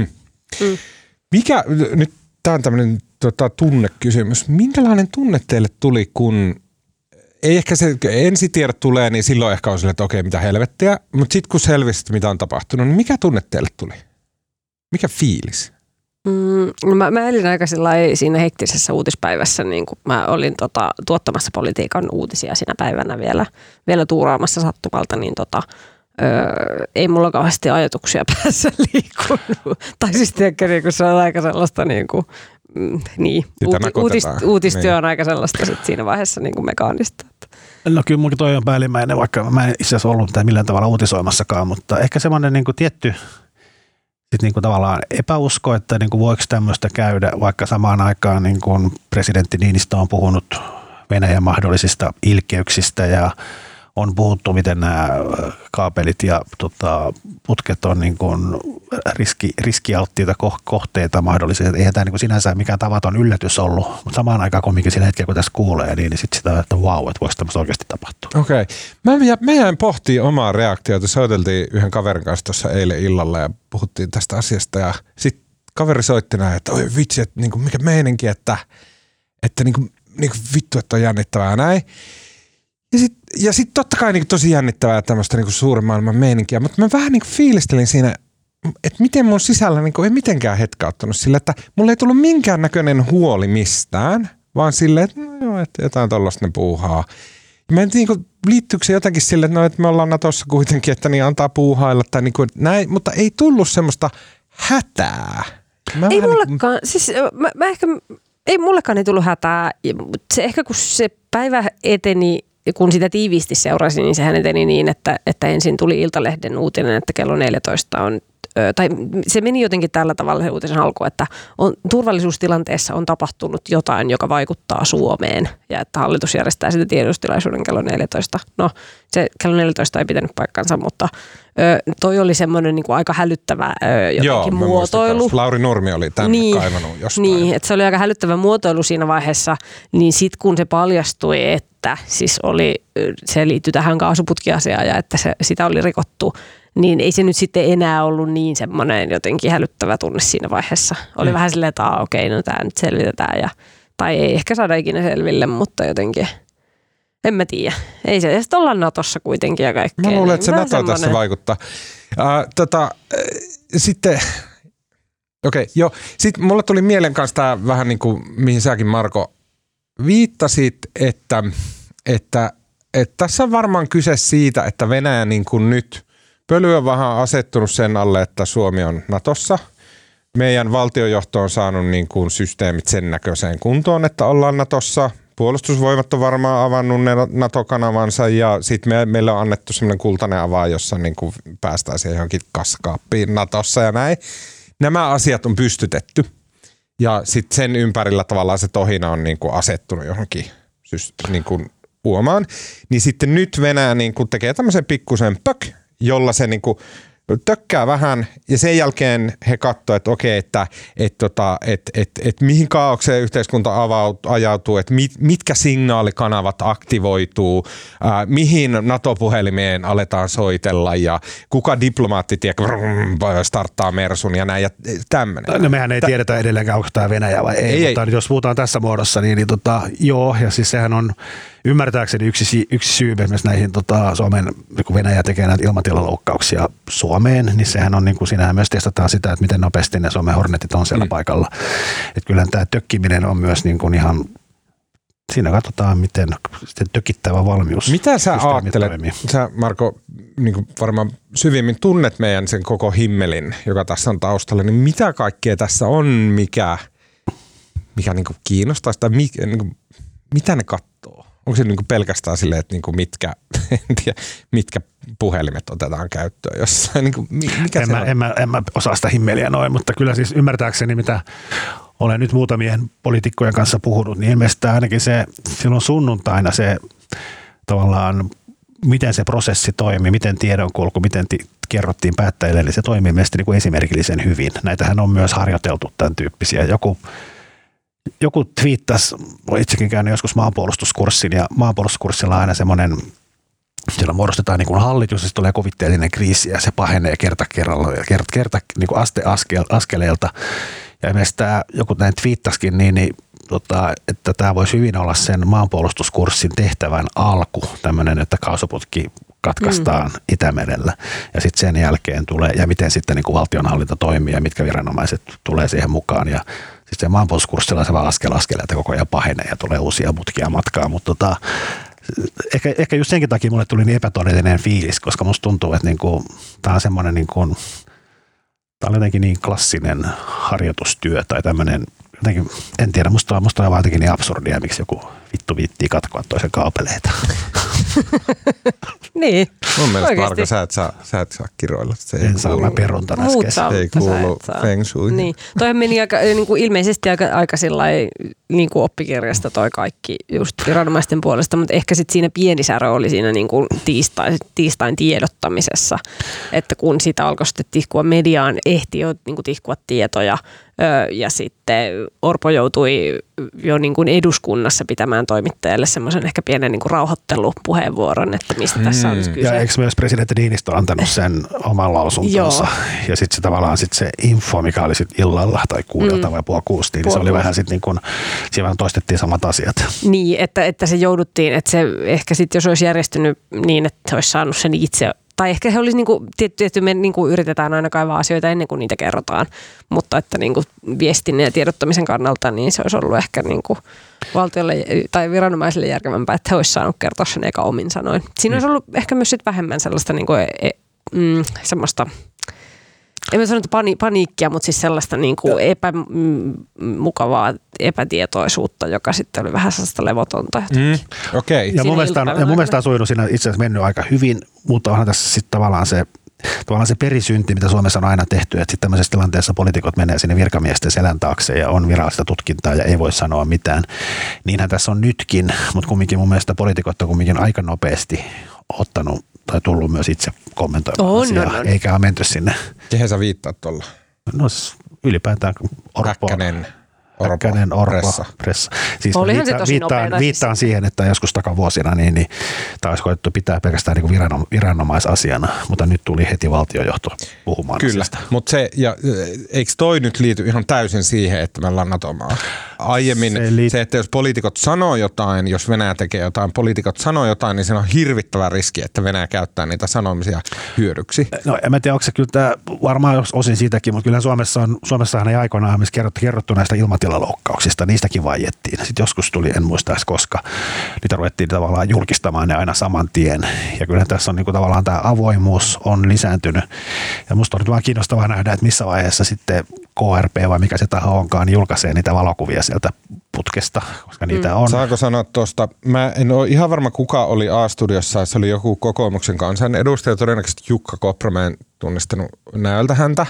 Mikä, nyt tämä on tämmöinen tunnekysymys. Minkälainen tunne teille tuli, kun ei ehkä se ensitiedot tulee, niin silloin ehkä on silleen, että okei, mitä helvettiä, mutta sitten kun selvisi, mitä on tapahtunut, niin mikä tunne teille tuli? Mikä fiilis? Mä elin aika siinä hektisessä uutispäivässä, niin kun mä olin tuottamassa politiikan uutisia siinä päivänä vielä tuuraamassa sattumalta, niin ei mulla kauheasti ajatuksia päässä liikkunut. Tai siis tiedätkö, niin se on aika sellaista uutistyö on aika sellaista sit siinä vaiheessa niin kuin mekaanista. No kyllä munkin toi on päällimmäinen, vaikka mä en itse asiassa ollut millään tavalla uutisoimassakaan, mutta ehkä semmoinen niin kuin tietty sitten niin kuin tavallaan epäusko, että niin kuin voiko tämmöistä käydä, vaikka samaan aikaan niin kuin presidentti Niinistö on puhunut Venäjän mahdollisista ilkeyksistä ja on puhuttu, miten nämä kaapelit ja putket on niin kuin riskialttiita kohteita mahdollisesti. Eihän tämä niin kuin sinänsä mikään tavaton yllätys ollut, mutta samaan aikaan kumminkin sillä hetkellä, kun tässä kuulee, niin sitten sitä, että vau, että voiko tämmöistä oikeasti tapahtua. Okei. Mä jäin pohtimaan omaa reaktiota. Soiteltiin yhden kaverin kanssa tuossa eilen illalla ja puhuttiin tästä asiasta ja sitten kaveri soitti näin, että oi vitsi, että niin kuin mikä meininki, että niin kuin vittu, että on jännittävää näin. Ja sitten totta kai niin tosi jännittävää tämmöistä niin suuren maailman meininkiä, mutta mä vähän niin fiilistelin siinä, että miten mun sisällä niin ei mitenkään hetkauttanut sille, että mulla ei tullut minkäännäköinen huoli mistään, vaan silleen, että no joo, että jotain tollaista ne puuhaa. Mä en tiedä, liittyykö se jotenkin sille, että, no, että me ollaan Natossa kuitenkin, että niin antaa puuhailla tai niin kuin, näin, mutta ei tullut semmoista hätää. Ei mullekaan, siis mä ehkä, ei mullekaan ei tullut hätää. Se ehkä kun se päivä eteni, kun sitä tiiviisti seurasin, niin sehän eteni niin, että ensin tuli Iltalehden uutinen, että kello 14 on, tai se meni jotenkin tällä tavalla se uutisen alku, että turvallisuustilanteessa on tapahtunut jotain, joka vaikuttaa Suomeen ja että hallitus järjestää sitä tiedotustilaisuuden kello 14. No se kello 14 ei pitänyt paikkansa, mutta toi oli semmoinen niin kuin aika hälyttävä jotenkin muotoilu. Lauri Nurmi oli tämän kaivannut jostain. Niin, että se oli aika hälyttävä muotoilu siinä vaiheessa, niin sitten kun se paljastui, että siis se liittyi tähän kaasuputkiasiaan ja että sitä oli rikottu, niin ei se nyt sitten enää ollut niin semmoinen jotenkin hälyttävä tunne siinä vaiheessa. Oli vähän silleen, että okei, no tämä nyt selvitetään tai ei ehkä saada ikinä selville, mutta jotenkin en mä tiedä. Ei se, sitten ollaan Natossa kuitenkin ja kaikkea. Mä luulen, että se niin, Nato tässä vaikuttaa. Sitten, joo. Sitten mulle tuli mielen kanssa tämä vähän niin kuin, mihin säkin Marko viittasit, että tässä on varmaan kyse siitä, että Venäjä niin kuin nyt pöly on vähän asettunut sen alle, että Suomi on Natossa. Meidän valtiojohto on saanut niin kuin systeemit sen näköiseen kuntoon, että ollaan Natossa. Puolustusvoimat on varmaan avannut ne NATO-kanavansa ja sitten meille on annettu semmoinen kultainen avaa, jossa niin kuin päästäisiin johonkin kassakaappiin Natossa ja näin. Nämä asiat on pystytetty ja sitten sen ympärillä tavallaan se tohina on niin kuin asettunut johonkin niin kuin uomaan. Niin sitten nyt Venäjä niin kuin tekee tämmöisen pikkusen jolla se niin kuin tökkää vähän ja sen jälkeen he katsoo, että okei, että mihin kaaukseen yhteiskunta ajautuu, että mitkä signaalikanavat aktivoituu, mihin NATO-puhelimeen aletaan soitella ja kuka diplomaatti starttaa Mersun ja näin ja tämmöinen. No mehän ei tiedetä edelleenkään, onko tämä Venäjä vai ei, mutta jos puhutaan tässä muodossa, niin joo, ja siis sehän on ymmärtääkseni yksi syy esimerkiksi näihin Suomen, kun Venäjä tekee näitä ilmatilaloukkauksia Suomeen, niin sehän on, niin kuin siinähän myös testataan sitä, että miten nopeasti ne Suomen Hornetit on siellä paikalla. Että kyllä tämä tökkiminen on myös niin kuin ihan, siinä katsotaan, miten tökittävä valmius. Mitä sä ajattelet, sä Marko niin kuin varmaan syvimmin tunnet meidän sen koko himmelin, joka tässä on taustalla, niin mitä kaikkea tässä on, mikä niin kuin kiinnostaa tai mitä ne katsoo? Onko se niinku pelkästään silleen, että niinku mitkä puhelimet otetaan käyttöön jossain? Niinku, mikä en mä osaa sitä himmeliä noin, mutta kyllä siis ymmärtääkseni, mitä olen nyt muutamien poliitikkojen kanssa puhunut, niin ilmeisesti ainakin silloin sunnuntaina se tavallaan, miten se prosessi toimii, miten tiedonkulku, miten kerrottiin päättäjille, niin se toimii mielestäni niin kuin esimerkillisen hyvin. Näitähän on myös harjoiteltu tämän tyyppisiä. Joku twiittasi, olen itsekin käynyt joskus maanpuolustuskurssin ja maanpuolustuskurssilla on aina semmoinen, siellä muodostetaan niin kuin hallitus ja sitten tulee kuvitteellinen kriisi ja se pahenee kerta kerralla ja kerta niin kuin askeleelta. Ja esimerkiksi tämä, joku näin twiittasikin että tämä voisi hyvin olla sen maanpuolustuskurssin tehtävän alku, tämmöinen, että kaasuputki katkaistaan Itämerellä ja sitten sen jälkeen tulee, ja miten sitten niin kuin valtionhallinto toimii ja mitkä viranomaiset tulee siihen mukaan ja sitten se maanpuolustuskurssilla se vaan askeleelta koko ajan pahenee ja tulee uusia mutkia matkaa, mutta ehkä just senkin takia mulle tuli niin epätodellinen fiilis, koska musta tuntuu, että niinku, tämä on semmoinen, niinku, tämä on jotenkin niin klassinen harjoitustyö tai tämmöinen, jotenkin, en tiedä, musta on vaan jotenkin niin absurdia, miksi joku vittu viittii katkoa toisen kaapeleita. Niin. Mun mielestä Marko, sä et saa kiroilla. En saa, mä peruntan äsken. Se ei kuulu feng shui. Niin. Toihan meni aika, niin kuin ilmeisesti aika sillai, niin kuin oppikirjasta toi kaikki just viranomaisten puolesta, mutta ehkä sitten siinä pieni särö oli siinä niin kuin tiistain tiedottamisessa, että kun sitä alkoi sitten tihkua mediaan, ehti jo niin kuin tihkua tietoja ja sitten Orpo joutui jo niin kuin eduskunnassa pitämään toimittajalle semmoisen ehkä pienen niin kuin rauhoittelupuheenvuoron, että mistä tässä on kyse. Ja eikö myös presidentti Niinistö antanut sen oman lausuntonsa? Ja sitten se tavallaan se info, mikä oli sitten illalla tai 6 vai 5:30, niin se oli vähän sitten niin kuin, siinä toistettiin samat asiat. Niin, että se jouduttiin, että se ehkä sitten jos olisi järjestynyt niin, että olisi saanut sen itse tai ehkä he olisi niinku, tietysti me niinku yritetään aina kaivaa asioita ennen kuin niitä kerrotaan, mutta että niinku viestinnän ja tiedottamisen kannalta niin se olisi ollut ehkä niinku valtiolle tai viranomaisille järkevämpää, että he olisi saanut kertoa sen eka omin sanoin. Siinä olisi ollut ehkä myös sit vähemmän sellaista niinku, semmoista, en mä sano, että paniikkia, mutta siis sellaista niinku epämukavaa epätietoisuutta, joka sitten oli vähän sellaista levotonta. Okei. Ja mun mielestä on sujunut siinä itse asiassa mennyt aika hyvin, mutta onhan tässä sitten tavallaan se perisynti, mitä Suomessa on aina tehty, että sitten tämmöisessä tilanteessa poliitikot menee sinne virkamiesten selän taakse ja on virallista tutkintaa ja ei voi sanoa mitään. Niinhän tässä on nytkin, mutta kumminkin mun mielestä poliitikot on kumminkin aika nopeasti ottanut tai tullut myös itse kommentoimaan asiaa, eikä ole menty sinne. Kehen sä viittaat tuolla? No ylipäätään Häkkänen, Orpo, pressa. Siis viittaan siihen, että joskus takavuosina niin tämä olisi koettu pitää pelkästään niin kuin viranomaisasiana, mutta nyt tuli heti valtiojohto puhumaan asiasta. Kyllä, mutta eikö toi nyt liity ihan täysin siihen, että me ollaan NATO-maa? Aiemmin se, että jos poliitikot sanoo jotain, jos Venäjä tekee jotain, poliitikot sanoo jotain, niin se on hirvittävä riski, että Venäjä käyttää niitä sanomisia hyödyksi. No en mä tiedä, onko se kyllä tämä, varmaan osin siitäkin, mutta kyllä Suomessahan ei aikoinaan myös kerrottu näistä ilmatilaloukkauksista, niistäkin vaiettiin. Sitten joskus tuli, en muista edes koska, niitä ruvettiin tavallaan julkistamaan ne aina saman tien. Ja kyllä tässä on niin kuin tavallaan tämä avoimuus on lisääntynyt. Ja musta on nyt vaan kiinnostavaa nähdä, että missä vaiheessa sitten KRP vai mikä se taho onkaan, niin julkaisee niitä valokuvia sieltä putkesta, koska niitä on. Saako sanoa tuosta, mä en ole ihan varma kuka oli A-studiossa, se oli joku kokoomuksen kansanedustaja, todennäköisesti Jukka Kopra, mä en tunnistanut näöltä häntä.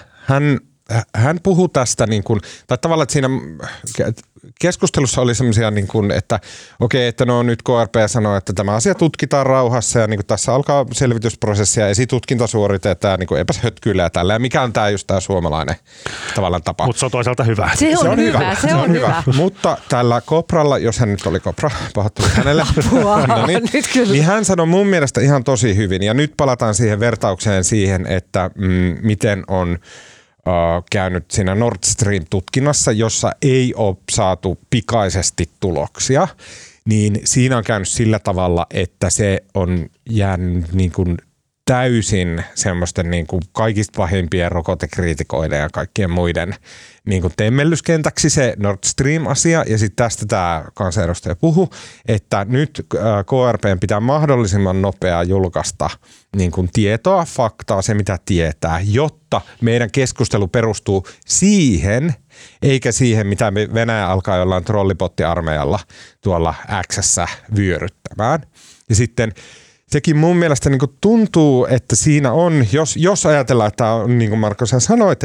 Hän puhui tästä, niin kuin, tai tavallaan, että siinä keskustelussa oli semmoisia, niin kuin, että okei, että no nyt KRP sanoo, että tämä asia tutkitaan rauhassa ja niin kuin tässä alkaa selvitysprosessi ja esitutkinta suoritetaan niin kuin epäs hötkyillä ja tällä. Ja mikä on tämä just tämä suomalainen tavallaan tapa. Mutta se on toisaalta hyvä. Se on hyvä. Mutta tällä Kopralla, jos hän nyt oli Kopra, pahoittelut hänelle, niin hän sanoi mun mielestä ihan tosi hyvin. Ja nyt palataan siihen vertaukseen siihen, että miten on käynyt siinä Nord Stream-tutkinnassa, jossa ei ole saatu pikaisesti tuloksia, niin siinä on käynyt sillä tavalla, että se on jäänyt niin kuin täysin semmoisten niin kuin kaikista pahimpien rokotekriitikoiden ja kaikkien muiden niin kuin temmellyskentäksi se Nord Stream-asia. Ja sitten tästä tämä kansanedustaja puhui, että nyt KRP:n pitää mahdollisimman nopeaa julkaista niin kuin tietoa, faktaa, se mitä tietää, jotta meidän keskustelu perustuu siihen, eikä siihen, mitä Venäjä alkaa jollain trollipottiarmeijalla tuolla X:ssä vyöryttämään. Ja sitten sekin mun mielestä niin kuin tuntuu, että siinä on, jos ajatellaan, että on, niin kuin Marko sä sanoit,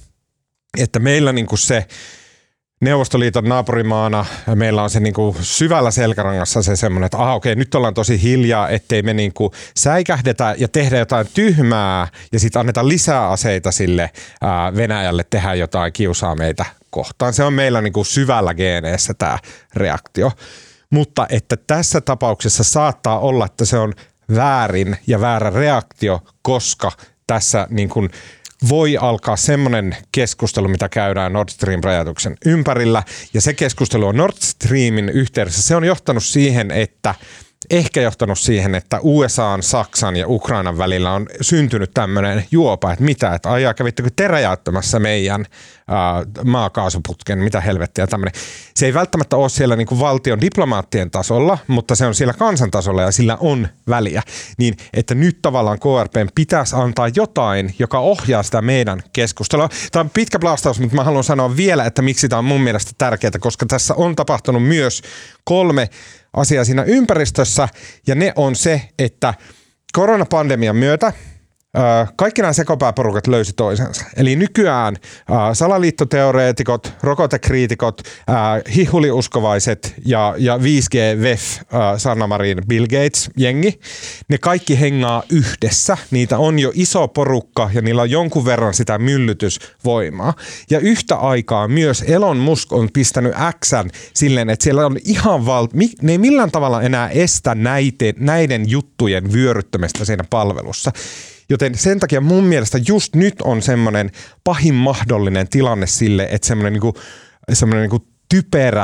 että meillä niin kuin se Neuvostoliiton naapurimaana meillä on se niin kuin syvällä selkärangassa se semmoinen, että okei, nyt ollaan tosi hiljaa, ettei me niin kuin säikähdetä ja tehdä jotain tyhmää ja sitten anneta lisää aseita sille Venäjälle tehdä jotain kiusaa meitä kohtaan. Se on meillä niin kuin syvällä geeneissä tämä reaktio. Mutta että tässä tapauksessa saattaa olla, että se on väärin ja väärä reaktio, koska tässä niin kuin voi alkaa semmoinen keskustelu, mitä käydään Nord Stream-rajoituksen ympärillä. Ja se keskustelu on Nord Streamin yhteydessä. Se on johtanut siihen, että USA:n, Saksan ja Ukrainan välillä on syntynyt tämmöinen juopa, että mitä, että ajaa kävittekö te räjäyttämässä meidän maakaasuputken, mitä helvettiä tämmöinen. Se ei välttämättä ole siellä niin kuin valtion diplomaattien tasolla, mutta se on siellä kansantasolla ja sillä on väliä. Niin, että nyt tavallaan KRP:n pitäisi antaa jotain, joka ohjaa sitä meidän keskustelua. Tämä on pitkä blastaus, mutta mä haluan sanoa vielä, että miksi tämä on mun mielestä tärkeää, koska tässä on tapahtunut myös 3 asiaa siinä ympäristössä, ja ne on se, että koronapandemian myötä kaikki nämä sekopääporukat löysi toisensa. Eli nykyään salaliittoteoreetikot, rokotekriitikot, hihuliuskovaiset ja 5G, VEF, Sanna Marin, Bill Gates, jengi, ne kaikki hengaa yhdessä. Niitä on jo iso porukka ja niillä on jonkun verran sitä myllytysvoimaa. Ja yhtä aikaa myös Elon Musk on pistänyt X:n silleen, että siellä on ihan ne ei millään tavalla enää estä näiden juttujen vyöryttämistä siinä palvelussa. Joten sen takia mun mielestä just nyt on semmoinen pahin mahdollinen tilanne sille, että semmoinen niinku typerä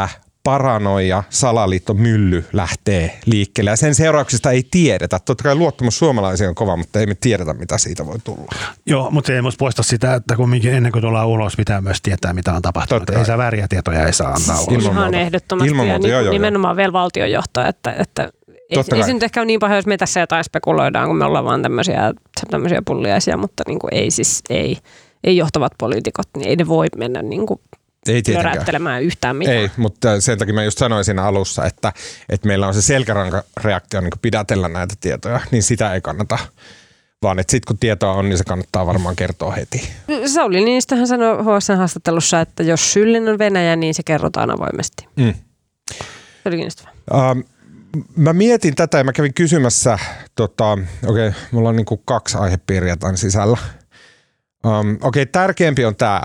paranoia salaliittomylly lähtee liikkeelle ja sen seurauksista ei tiedetä. Totta kai luottamus suomalaisiin on kova, mutta ei me tiedetä, mitä siitä voi tulla. Joo, mutta se ei musta poista sitä, että kumminkin ennen kuin tullaan ulos, pitää myös tietää, mitä on tapahtunut. Ei saa vääriä tietoja, ei saa antaa ulos. Ihan ehdottomasti. Ilman muuta, ja nimenomaan vielä valtionjohtoa, että ei se nyt ehkä ole niin pahoin, jos me tässä jotain spekuloidaan, kun me ollaan vaan tämmöisiä pulliaisia, mutta niin kuin ei johtavat poliitikot, niin ei ne voi mennä niin kuin pyöräyttelemään yhtään mitään. Ei, mutta sen takia mä just sanoin siinä alussa, että meillä on se selkärankareaktio niin pidätellä näitä tietoja, niin sitä ei kannata. Vaan että sitten kun tietoa on, niin se kannattaa varmaan kertoa heti. Sauli Niinistöhän sanoi HSN haastattelussa, että jos syyllinen on Venäjä, niin se kerrotaan avoimesti. Se oli kiinnostavaa. Mä mietin tätä ja mä kävin kysymässä, mulla on niinku 2 aihepiiriä tämän sisällä. Tärkeämpi on tämä.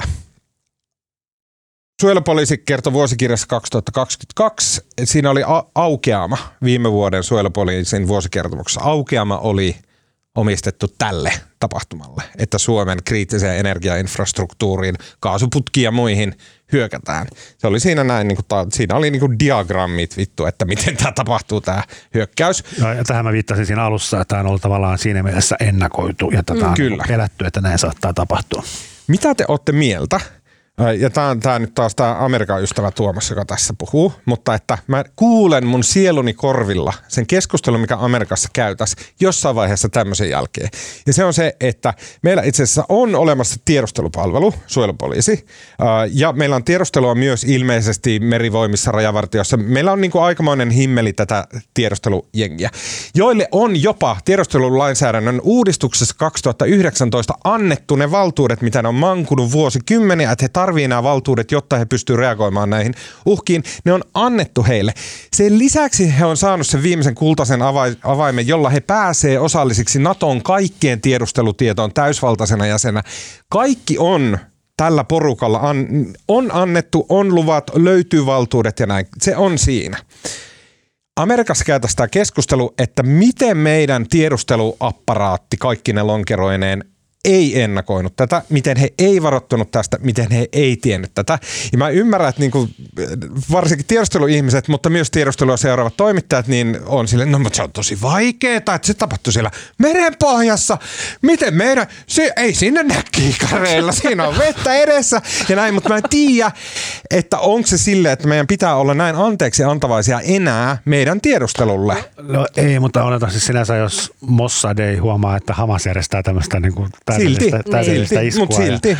Suojelupoliisi kertoi vuosikirjassa 2022, että siinä oli aukeama viime vuoden suojelupoliisin vuosikertomuksessa. Aukeama oli omistettu tälle tapahtumalle, että Suomen kriittiseen energiainfrastruktuuriin, kaasuputkiin ja muihin hyökätään. Se oli siinä näin, siinä oli diagrammit vittu, että miten tämä tapahtuu tämä hyökkäys. Ja tähän mä viittasin siinä alussa, että tämä on ollut tavallaan siinä mielessä ennakoitu ja tätä on pelätty, että näin saattaa tapahtua. Mitä te olette mieltä? Ja tämä nyt taas tämä Amerikan ystävä Tuomas, joka tässä puhuu, mutta että mä kuulen mun sieluni korvilla sen keskustelun, mikä Amerikassa käytäisiin jossain vaiheessa tämmöisen jälkeen. Ja se on se, että meillä itse asiassa on olemassa tiedustelupalvelu, suojelupoliisi, ja meillä on tiedustelua myös ilmeisesti merivoimissa, rajavartiossa. Meillä on aikamoinen himmeli tätä tiedustelujengiä, joille on jopa tiedustelulainsäädännön uudistuksessa 2019 annettu ne valtuudet, mitä ne on mankunut vuosikymmeniä, että he tarvii nämä valtuudet, jotta he pystyvät reagoimaan näihin uhkiin. Ne on annettu heille. Sen lisäksi he on saanut sen viimeisen kultaisen avaimen, jolla he pääsee osallisiksi Naton kaikkien tiedustelutietoon täysvaltaisena jäsenä. Kaikki on tällä porukalla on annettu, on luvat, löytyy valtuudet ja näin. Se on siinä. Amerikassa käytäisiin tämä keskustelu, että miten meidän tiedusteluapparaatti kaikki ne lonkeroineen ei ennakoinut tätä, miten he ei varoittanut tästä, miten he ei tiennyt tätä. Ja mä ymmärrän, että varsinkin tiedusteluihmiset, mutta myös tiedustelua seuraavat toimittajat, niin on silleen, no mutta se on tosi vaikeaa, että se tapahtui siellä merenpohjassa. Miten meidän, ei sinne näe kiikareilla, siinä on vettä edessä ja näin, mutta mä en tiedä, että onko se silleen, että meidän pitää olla näin anteeksi antavaisia enää meidän tiedustelulle. No ei, mutta oletan siis sinänsä, jos Mossad ei huomaa, että Hamas järjestää tämmöistä täydellistä iskua. Mutta silti,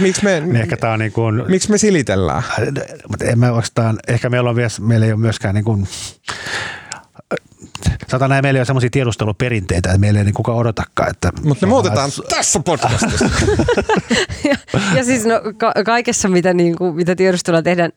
miksi me silitellään? Mutta ehkä meillä ei ole myöskään sanotaan näin, meillä ei ole semmoisia tiedusteluperinteitä, että meillä ei kukaan odotakaan. Mutta ne muutetaan tässä podcastissa. ja siis kaikessa, mitä tiedustelua tehdään,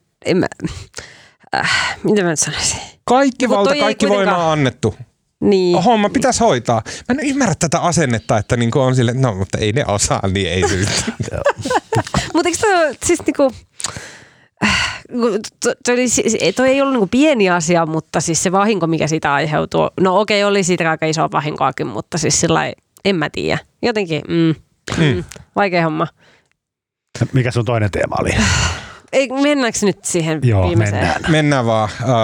mitä mä nyt sanoisin? Kaikki valta, kaikki voima on annettu. Niin. Homma pitäisi hoitaa. Mä en ymmärrä tätä asennetta, että on silleen, no mutta ei ne osaa, niin ei se. Mutta eikö toi siis toi ei ollut pieni asia, mutta siis se vahinko, mikä siitä aiheutuu, no okei, oli siitä aika iso vahinkoakin, mutta siis sillai, en mä tiedä. Jotenkin, vaikea homma. Mikä sun toinen teema oli? Mennäänkö nyt siihen viimeiseen? Mennään vaan.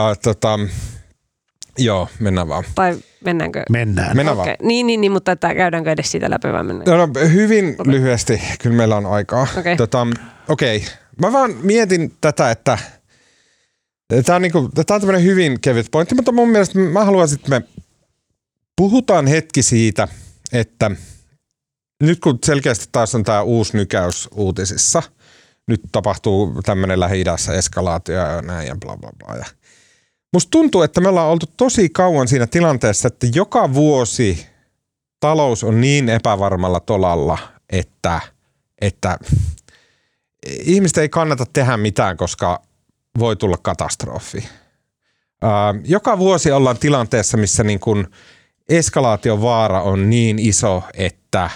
Joo, mennään vaan. Tai mennäänkö? Mennään okay. vaan. Niin, mutta käydäänkö edes siitä läpi vai mennään? No, hyvin lyhyesti, kyllä meillä on aikaa. Okei. Mä vaan mietin tätä, että tämä on tämmöinen hyvin kevyt pointti, mutta mun mielestä mä haluaisin, että me puhutaan hetki siitä, että nyt kun selkeästi taas on tämä uusi nykäys uutisissa, nyt tapahtuu tämmöinen Lähi-idässä eskalaatio ja näin ja bla bla bla. Musta tuntuu, että me ollaan oltu tosi kauan siinä tilanteessa, että joka vuosi talous on niin epävarmalla tolalla, että ihmistä ei kannata tehdä mitään, koska voi tulla katastrofi. Joka vuosi ollaan tilanteessa, missä niin kun eskalaation vaara on niin iso, että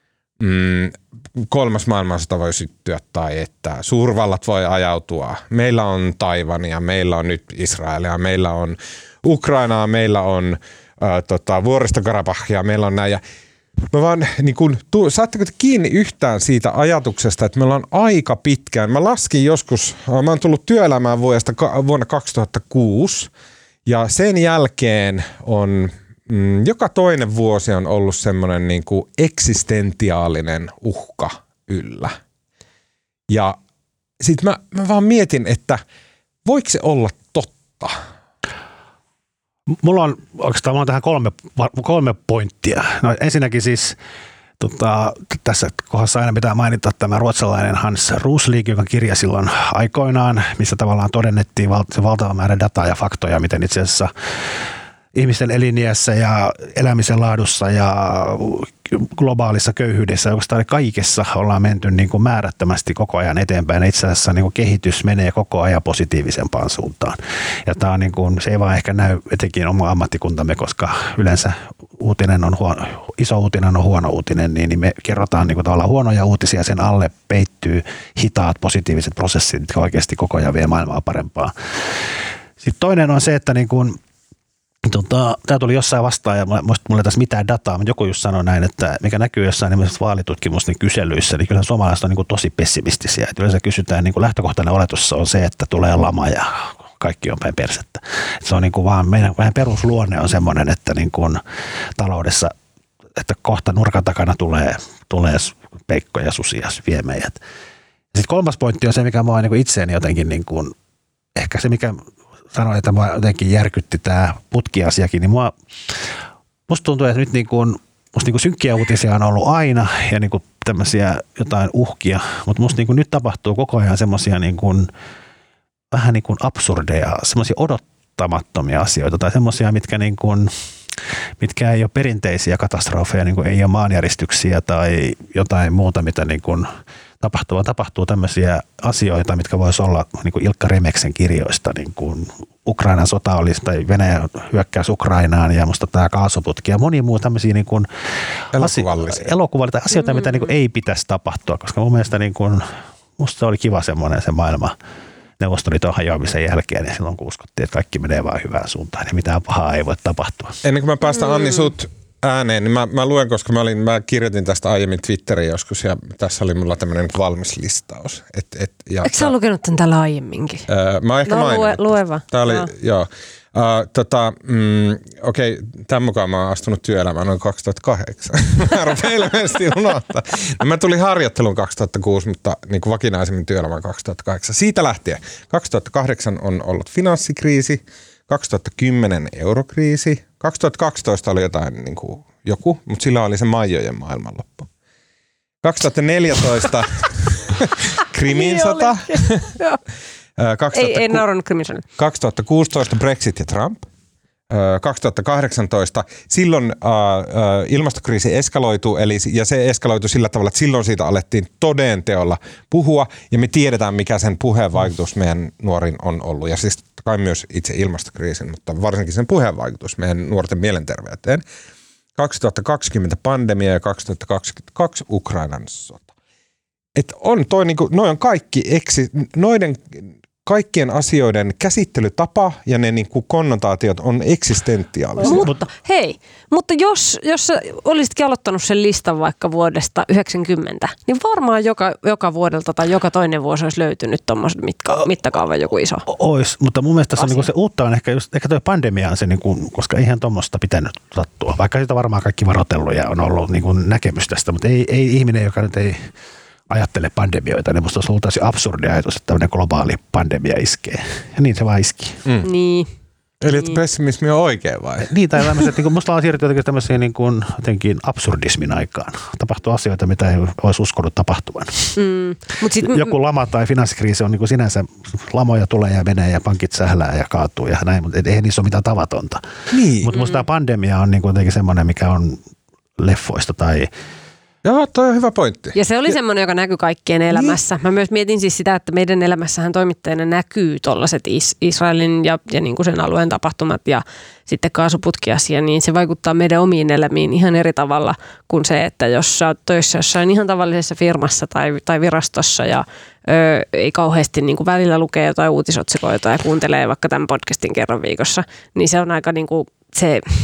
kolmas maailmansota voi syttyä tai että suurvallat voi ajautua. Meillä on Taivania, meillä on nyt Israelia, meillä on Ukrainaa, meillä on Vuoristo-Karabahia, meillä on näin. Ja Mä vaan, niin kun, saatteko te kiinni yhtään siitä ajatuksesta, että meillä on aika pitkään. Mä laskin joskus, mä oon tullut työelämään vuonna 2006 ja sen jälkeen on joka toinen vuosi on ollut semmoinen niin kuin eksistentiaalinen uhka yllä. Ja sit mä vaan mietin, että voiko se olla totta? Mulla on oikeastaan tähän kolme pointtia. No, ensinnäkin siis tässä kohdassa aina pitää mainita tämä ruotsalainen Hans Rosling, joka kirja silloin aikoinaan, missä tavallaan todennettiin valtava määrä dataa ja faktoja, miten itse asiassa ihmisten eliniässä ja elämisen laadussa ja globaalissa köyhyydessä oikeastaan kaikessa ollaan menty niin kuin määrättömästi koko ajan eteenpäin. Itse asiassa niin kuin kehitys menee koko ajan positiivisempaan suuntaan. Ja tämä on niin kuin, se ei vaan ehkä näy etenkin oma ammattikuntamme, koska yleensä iso uutinen on huono uutinen, niin me kerrotaan niin kuin tavallaan huonoja uutisia, sen alle peittyy hitaat positiiviset prosessit, jotka oikeasti koko ajan vie maailmaa parempaa. Sitten toinen on se, että niin kuin tämä tuli jossain vastaan ja mulla ei tässä mitään dataa, mutta joku just sanoi näin, että mikä näkyy jossain nimessä vaalitutkimusten kyselyissä, niin kyllä suomalaiset on niin kuin tosi pessimistisiä. Että yleensä kysytään, niin kuin lähtökohtainen oletus on se, että tulee lama ja kaikki on päin persettä. Että se on niin kuin vaan, meidän vähän perusluonne on semmoinen, että niin kuin taloudessa, että kohta nurkan takana tulee peikkoja ja susia vie meidät. Sitten kolmas pointti on se, mikä mua niin kuin itseäni jotenkin, niin kuin, ehkä se mikä sanoin, että mua jotenkin järkytti tämä putkiasiakin, niin musta tuntuu, että nyt niin kuin synkkiä uutisia on ollut aina ja niin kuin tämmöisiä jotain uhkia, mutta musta niin kuin nyt tapahtuu koko ajan semmoisia niin kuin vähän niin kuin absurdeja, semmoisia odottamattomia asioita tai semmoisia, mitkä ei ole perinteisiä katastrofeja, niin kuin ei ole maanjäristyksiä tai jotain muuta, mitä niin kuin tapahtuu tämmöisiä asioita, mitkä voisi olla niin kuin Ilkka Remeksen kirjoista, niin kuin Ukrainan sota olisi tai Venäjä hyökkäys Ukrainaan ja musta tämä kaasuputki ja moni muu tämmöisiä niin kuin elokuvallisia asioita, mitä niin kuin ei pitäisi tapahtua, koska mun mielestä niin kuin, musta se oli kiva semmoinen se maailma Neuvostoliiton hajoamisen jälkeen ja silloin kun uskottiin, että kaikki menee vaan hyvään suuntaan ja mitään pahaa ei voi tapahtua. Ennen kuin mä päästän Anni sut ääneen, niin mä luen, koska mä kirjoitin tästä aiemmin Twitteriin joskus ja tässä oli mulla tämmöinen valmis listaus. Eikö sä lukenut tämän täällä aiemminkin? Mä ehkä maininnut. Lue vaan. Tää oli, joo. Okei, tämän mukaan mä oon astunut työelämään noin 2008. Mä rupean ilmeisesti unohtaa. No, mä tulin harjoitteluun 2006, mutta niin kuin vakinaisemmin työelämään 2008. Siitä lähtien 2008 on ollut finanssikriisi, 2010 eurokriisi, 2012 oli jotain niin kuin joku, mutta sillä oli se maijojen maailmanloppu. 2014 Krimin sota. Ei naurannut Krimin sota. 2016 Brexit ja Trump. 2018 silloin ilmastokriisi eskaloitu, ja se eskaloitu sillä tavalla, että silloin siitä alettiin toden teolla puhua, ja me tiedetään, mikä sen puheen vaikutus meidän nuoriin on ollut, ja siis kai myös itse ilmastokriisin, mutta varsinkin sen puheen vaikutus meidän nuorten mielenterveyteen. 2020 pandemia ja 2022 Ukrainan sota. Et on toi niinku, noi on kaikki noiden kaikkien asioiden käsittelytapa ja ne niinku konnotaatiot on eksistentiaalisia. Mutta jos sä olisitkin aloittanut sen listan vaikka vuodesta 90, niin varmaan joka vuodelta tai joka toinen vuosi olisi löytynyt tuommoisen mittakaavan joku iso. Ois, mutta mun mielestä niinku se uutta on ehkä tuo pandemia on se, niinku, koska eihän tuommoista pitänyt sattua. Vaikka siitä on varmaan kaikki varoitellut ja on ollut niinku näkemys tästä, mutta ei ihminen, joka nyt ei ajattele pandemioita, niin musta olisi ollut täysin absurdi ajatus, että tämmöinen globaali pandemia iskee. Ja niin se vaan iski. Niin. Eli että pessimismi on oikein vai? Niin, tai tämmöiset, niin musta on siirrytty jotenkin tämmöisiin niin kuin, jotenkin absurdismin aikaan. Tapahtuu asioita, mitä ei olisi uskonut tapahtuvan. Joku lama tai finanssikriisi on niin kuin sinänsä, lamoja tulee ja menee ja pankit sählää ja kaatuu ja näin, mutta eihän niissä ole mitään tavatonta. Niin. Mutta musta tämä pandemia on niin kuin jotenkin semmoinen, mikä on leffoista tai joo, toi on hyvä pointti. Ja se oli semmoinen, joka näkyy kaikkien elämässä. Mä myös mietin siis sitä, että meidän elämässähän toimittajana näkyy tollaiset Israelin ja niin kuin sen alueen tapahtumat ja sitten kaasuputkiasia, niin se vaikuttaa meidän omiin elämiin ihan eri tavalla kuin se, että jos sä oot töissä jossain ihan tavallisessa firmassa tai virastossa ja ei kauheasti niin kuin välillä lukee jotain uutisotsikoita ja kuuntelee vaikka tämän podcastin kerran viikossa, niin se on aika niin kuin se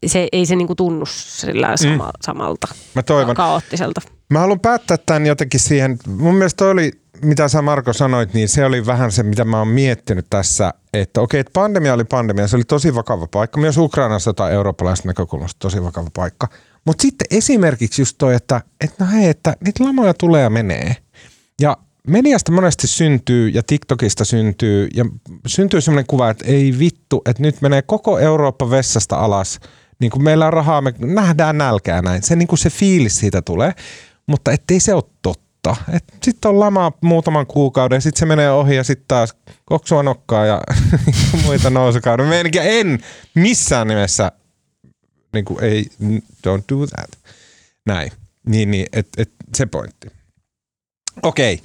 ei se niinku tunnu sillä samalta. Mä toivon. Kaoottiselta. Mä haluan päättää tämän jotenkin siihen. Mun mielestä oli, mitä sä Marko sanoit, niin se oli vähän se, mitä mä oon miettinyt tässä, että okei, että pandemia oli pandemia, se oli tosi vakava paikka. Myös Ukrainan sota eurooppalaisesta näkökulmasta tosi vakava paikka. Mutta sitten esimerkiksi just toi, että no hei, että niitä lamoja tulee ja menee. Ja mediasta monesti syntyy ja TikTokista syntyy ja syntyy semmoinen kuva, että ei vittu, että nyt menee koko Eurooppa vessasta alas. Niin kuin meillä on rahaa, me nähdään nälkää näin. Se, niin kuin se fiilis siitä tulee, mutta ettei se ole totta. Sitten on lama muutaman kuukauden ja sitten se menee ohi ja sitten taas koksua nokkaa ja muita nousukauden. Meininkiä en missään nimessä, niin kuin ei, don't do that. Näin. Niin se pointti. Okei.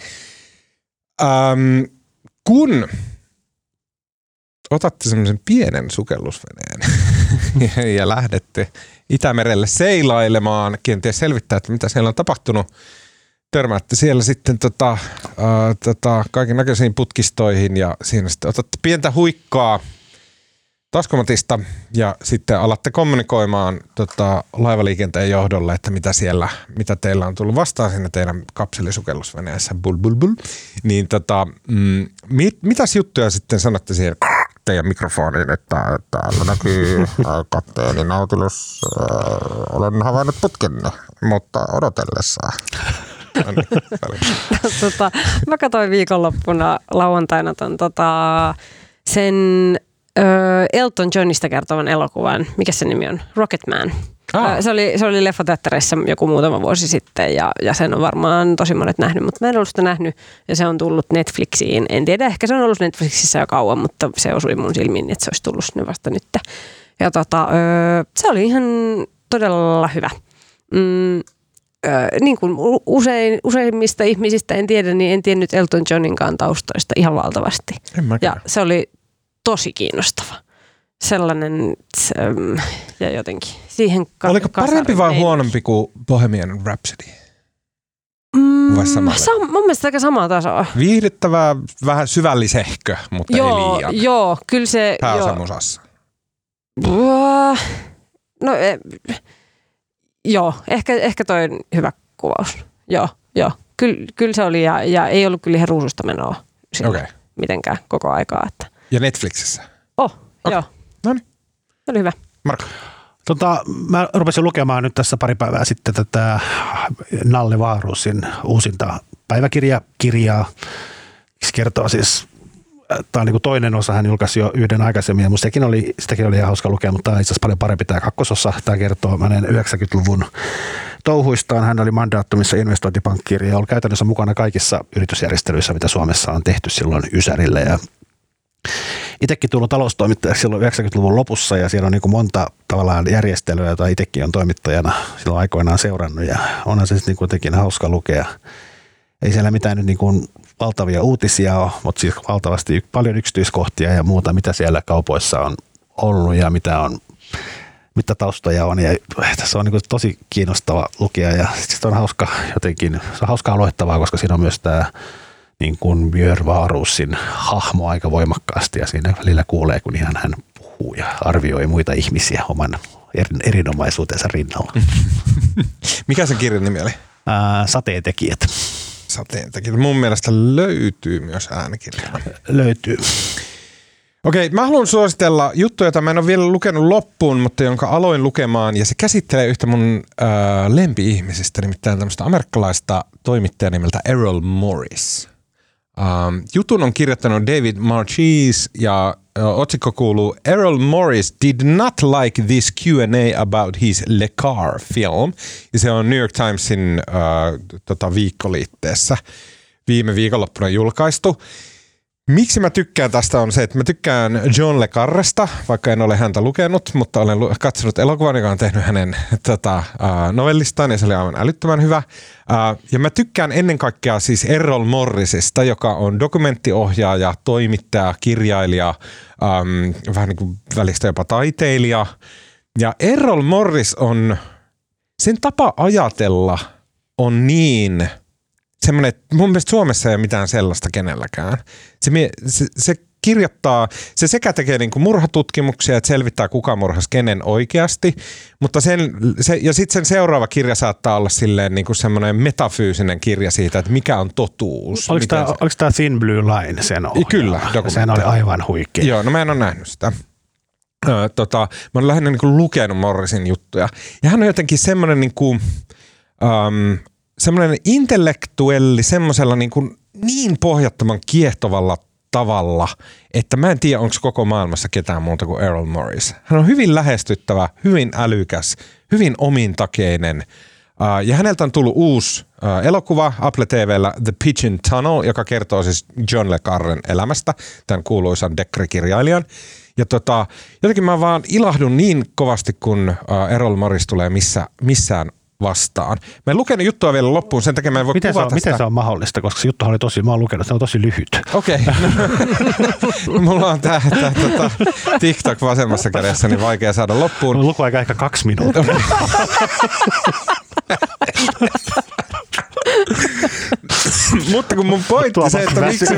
Kun otatte semmoisen pienen sukellusveneen ja lähdette Itämerelle seilailemaan, kenties selvittää, että mitä siellä on tapahtunut, törmäätte siellä sitten kaiken näköisiin putkistoihin ja siinä sitten otatte pientä huikkaa taskumatista ja sitten alatte kommunikoimaan laivaliikenteen johdolle, että mitä teillä on tullut vastaan siinä teidän kapselisukellusveneessä, niin mitäs juttuja sitten sanotte siihen teidän mikrofoniin, että täällä näkyy kapteeni Nautilus, olen havainnut putkenne, mutta odotellessa. Mä katsoin viikonloppuna lauantaina sen Elton Johnista kertovan elokuvan. Mikä se nimi on? Rocketman. Se oli leffateattereissa joku muutama vuosi sitten ja sen on varmaan tosi monet nähnyt, mutta mä en ollut sitä nähnyt ja se on tullut Netflixiin. En tiedä, ehkä se on ollut Netflixissä jo kauan, mutta se osui mun silmiin, että se olisi tullut sinne vasta nyt. Ja se oli ihan todella hyvä. Niin kuin useimmista ihmisistä en tiedä, niin en tiennyt Elton Johninkaan taustoista ihan valtavasti. Ja se oli tosi kiinnostava. Sellainen ja jotenkin siihen oliko parempi vai huonompi kuin Bohemian Rhapsody? Mun mielestä aika samaa tasoa. Viihdyttävää, vähän syvällisehkö, mutta ei liian. Joo, kyllä se... Pääosamusassa. No, joo, ehkä toi on hyvä kuvaus. Joo. Kyllä se oli ja ei ollut kyllä ihan ruususta menoa mitenkään koko aikaa. Että. Ja Netflixissä? Joo. Noniin. Se oli hyvä. Marko? Mä rupesin lukemaan nyt tässä pari päivää sitten tätä Nalle Wahlroosin uusinta päiväkirjaa. Se kertoo siis, tämä on niin kuin toinen osa, hän julkaisi jo yhden aikaisemmin ja sitäkin oli ihan hauska lukea, mutta tämä on itse asiassa paljon parempi tämä kakkososa. Tämä kertoo hänen 90-luvun touhuistaan. Hän oli Mandatumissa investointipankkiiri ja oli käytännössä mukana kaikissa yritysjärjestelyissä, mitä Suomessa on tehty silloin Ysärille ja itsekin tullut taloustoimittajaksi silloin 90-luvun lopussa ja siellä on niin kuin monta tavallaan järjestelyä, jota itsekin on toimittajana silloin aikoinaan seurannut ja onhan se sitten niin kuitenkin hauska lukea. Ei siellä mitään nyt niin kuin valtavia uutisia ole, mutta siis valtavasti paljon yksityiskohtia ja muuta, mitä siellä kaupoissa on ollut ja mitä taustoja on. Ja tässä on niin kuin tosi kiinnostava lukija ja sitten on hauska jotenkin, se on hauskaa luettavaa, koska siinä on myös tämä niin kuin Björn Wahlroosin hahmo aika voimakkaasti ja siinä välillä kuulee, kun ihan hän puhuu ja arvioi muita ihmisiä oman erinomaisuutensa rinnalla. Mikä se kirjan nimi oli? Sateentekijät. Sateentekijät. Mun mielestä löytyy myös äänikirjana. Löytyy. Okei, mä haluan suositella juttuja, jota mä en ole vielä lukenut loppuun, mutta jonka aloin lukemaan, ja se käsittelee yhtä mun lempi-ihmisistä, nimittäin tämmöistä amerikkalaista toimittajaa nimeltä Errol Morris. Jutun on kirjoittanut David Marchese, ja otsikko kuuluu Errol Morris did not like this Q&A about his Le Carre film, ja se on New York Timesin viikkoliitteessä viime viikonloppuna julkaistu. Miksi mä tykkään tästä on se, että mä tykkään John Le Carresta, vaikka en ole häntä lukenut, mutta olen katsonut elokuvan, joka on tehnyt hänen novellistaan ja se oli aivan älyttömän hyvä. Ja mä tykkään ennen kaikkea siis Errol Morrisista, joka on dokumenttiohjaaja, toimittaja, kirjailija, vähän niin kuin välistä jopa taiteilija. Ja Errol Morris on, sen tapa ajatella on niin semmoinen, mun mielestä Suomessa ei ole mitään sellaista kenelläkään. Se kirjoittaa, se sekä tekee niin kuin murhatutkimuksia, että selvittää kuka murhasi kenen oikeasti, mutta sitten sen seuraava kirja saattaa olla silleen niin kuin semmoinen metafyysinen kirja siitä, että mikä on totuus. Oliko tämä Thin Blue Line sen ohjaa? Kyllä, sehän oli aivan huikea. Joo, no mä en ole nähnyt sitä. Mä oon lähinnä niin kuin lukenut Morrisin juttuja. Ja hän on jotenkin semmoinen niin kuin, semmoinen intellektuelli semmoisella niin pohjattoman kiehtovalla tavalla, että mä en tiedä, onko koko maailmassa ketään muuta kuin Errol Morris. Hän on hyvin lähestyttävä, hyvin älykäs, hyvin omintakeinen. Ja häneltä on tullut uusi elokuva Apple TV:llä The Pigeon Tunnel, joka kertoo siis John le Carren elämästä, tämän kuuluisan dekkarikirjailijan. Ja jotenkin mä vaan ilahdun niin kovasti, kun Errol Morris tulee missään vastaan. Mä en lukenut juttua vielä loppuun, sen takia mä en voi kuvata sitä. Miten se on mahdollista, koska se juttuhan oli mä oon lukenut, se on tosi lyhyt. Okei. Mulla on tää TikTok vasemmassa kädessä, niin vaikea saada loppuun. Lukuaika ehkä 2 minuuttia. Mutta kun mun pointti se, että miksi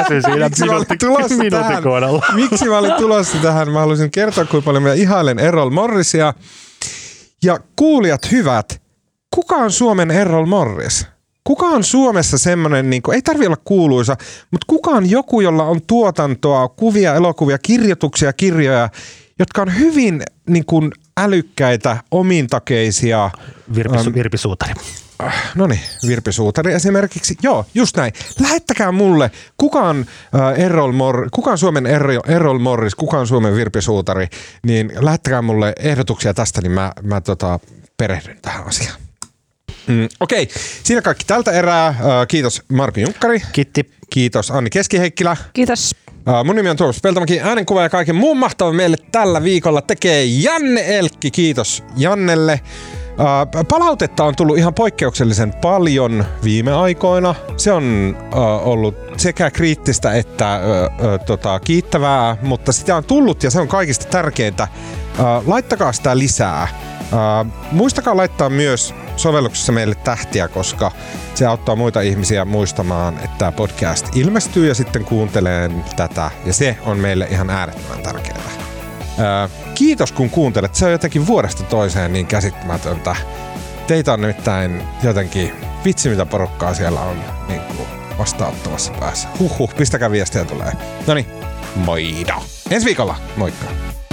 mä olin tulossa tähän, mä haluaisin kertoa, kuinka paljon mä ihailen Errol Morrisia. Ja kuulijat hyvät, kuka on Suomen Errol Morris? Kuka on Suomessa semmoinen, ei tarvitse olla kuuluisa, mutta kuka on joku, jolla on tuotantoa, kuvia, elokuvia, kirjoituksia, kirjoja, jotka on hyvin älykkäitä, omintakeisia. Virpi Suutari. Noniin, Virpi Suutari esimerkiksi. Joo, just näin. Lähettäkää mulle, kuka on Suomen Errol Morris, kuka on Suomen Virpi Suutari, niin lähettäkää mulle ehdotuksia tästä, niin mä perehdyn tähän asiaan. Okei, siinä kaikki tältä erää. Kiitos Marko Junkkari. Kiitti. Kiitos Anni Keskiheikkilä. Kiitos. Mun nimi on Tuomas Peltomäki. Äänenkuva ja kaiken muun mahtavan meille tällä viikolla tekee Janne Elkki. Kiitos Jannelle. Palautetta on tullut ihan poikkeuksellisen paljon viime aikoina. Se on ollut sekä kriittistä että kiittävää, mutta sitä on tullut ja se on kaikista tärkeintä. Laittakaa sitä lisää. Muistakaa laittaa myös sovelluksessa meille tähtiä, koska se auttaa muita ihmisiä muistamaan, että tämä podcast ilmestyy ja sitten kuuntelee tätä. Ja se on meille ihan äärettömän tärkeää. Kiitos kun kuuntelet. Se on jotenkin vuodesta toiseen niin käsittämätöntä. Teitä on nimittäin jotenkin, vitsi mitä porukkaa siellä on niin kuin vastaanottamassa päässä. Pistäkää viestiä tulee. Noniin, moida. Ensi viikolla, moikka.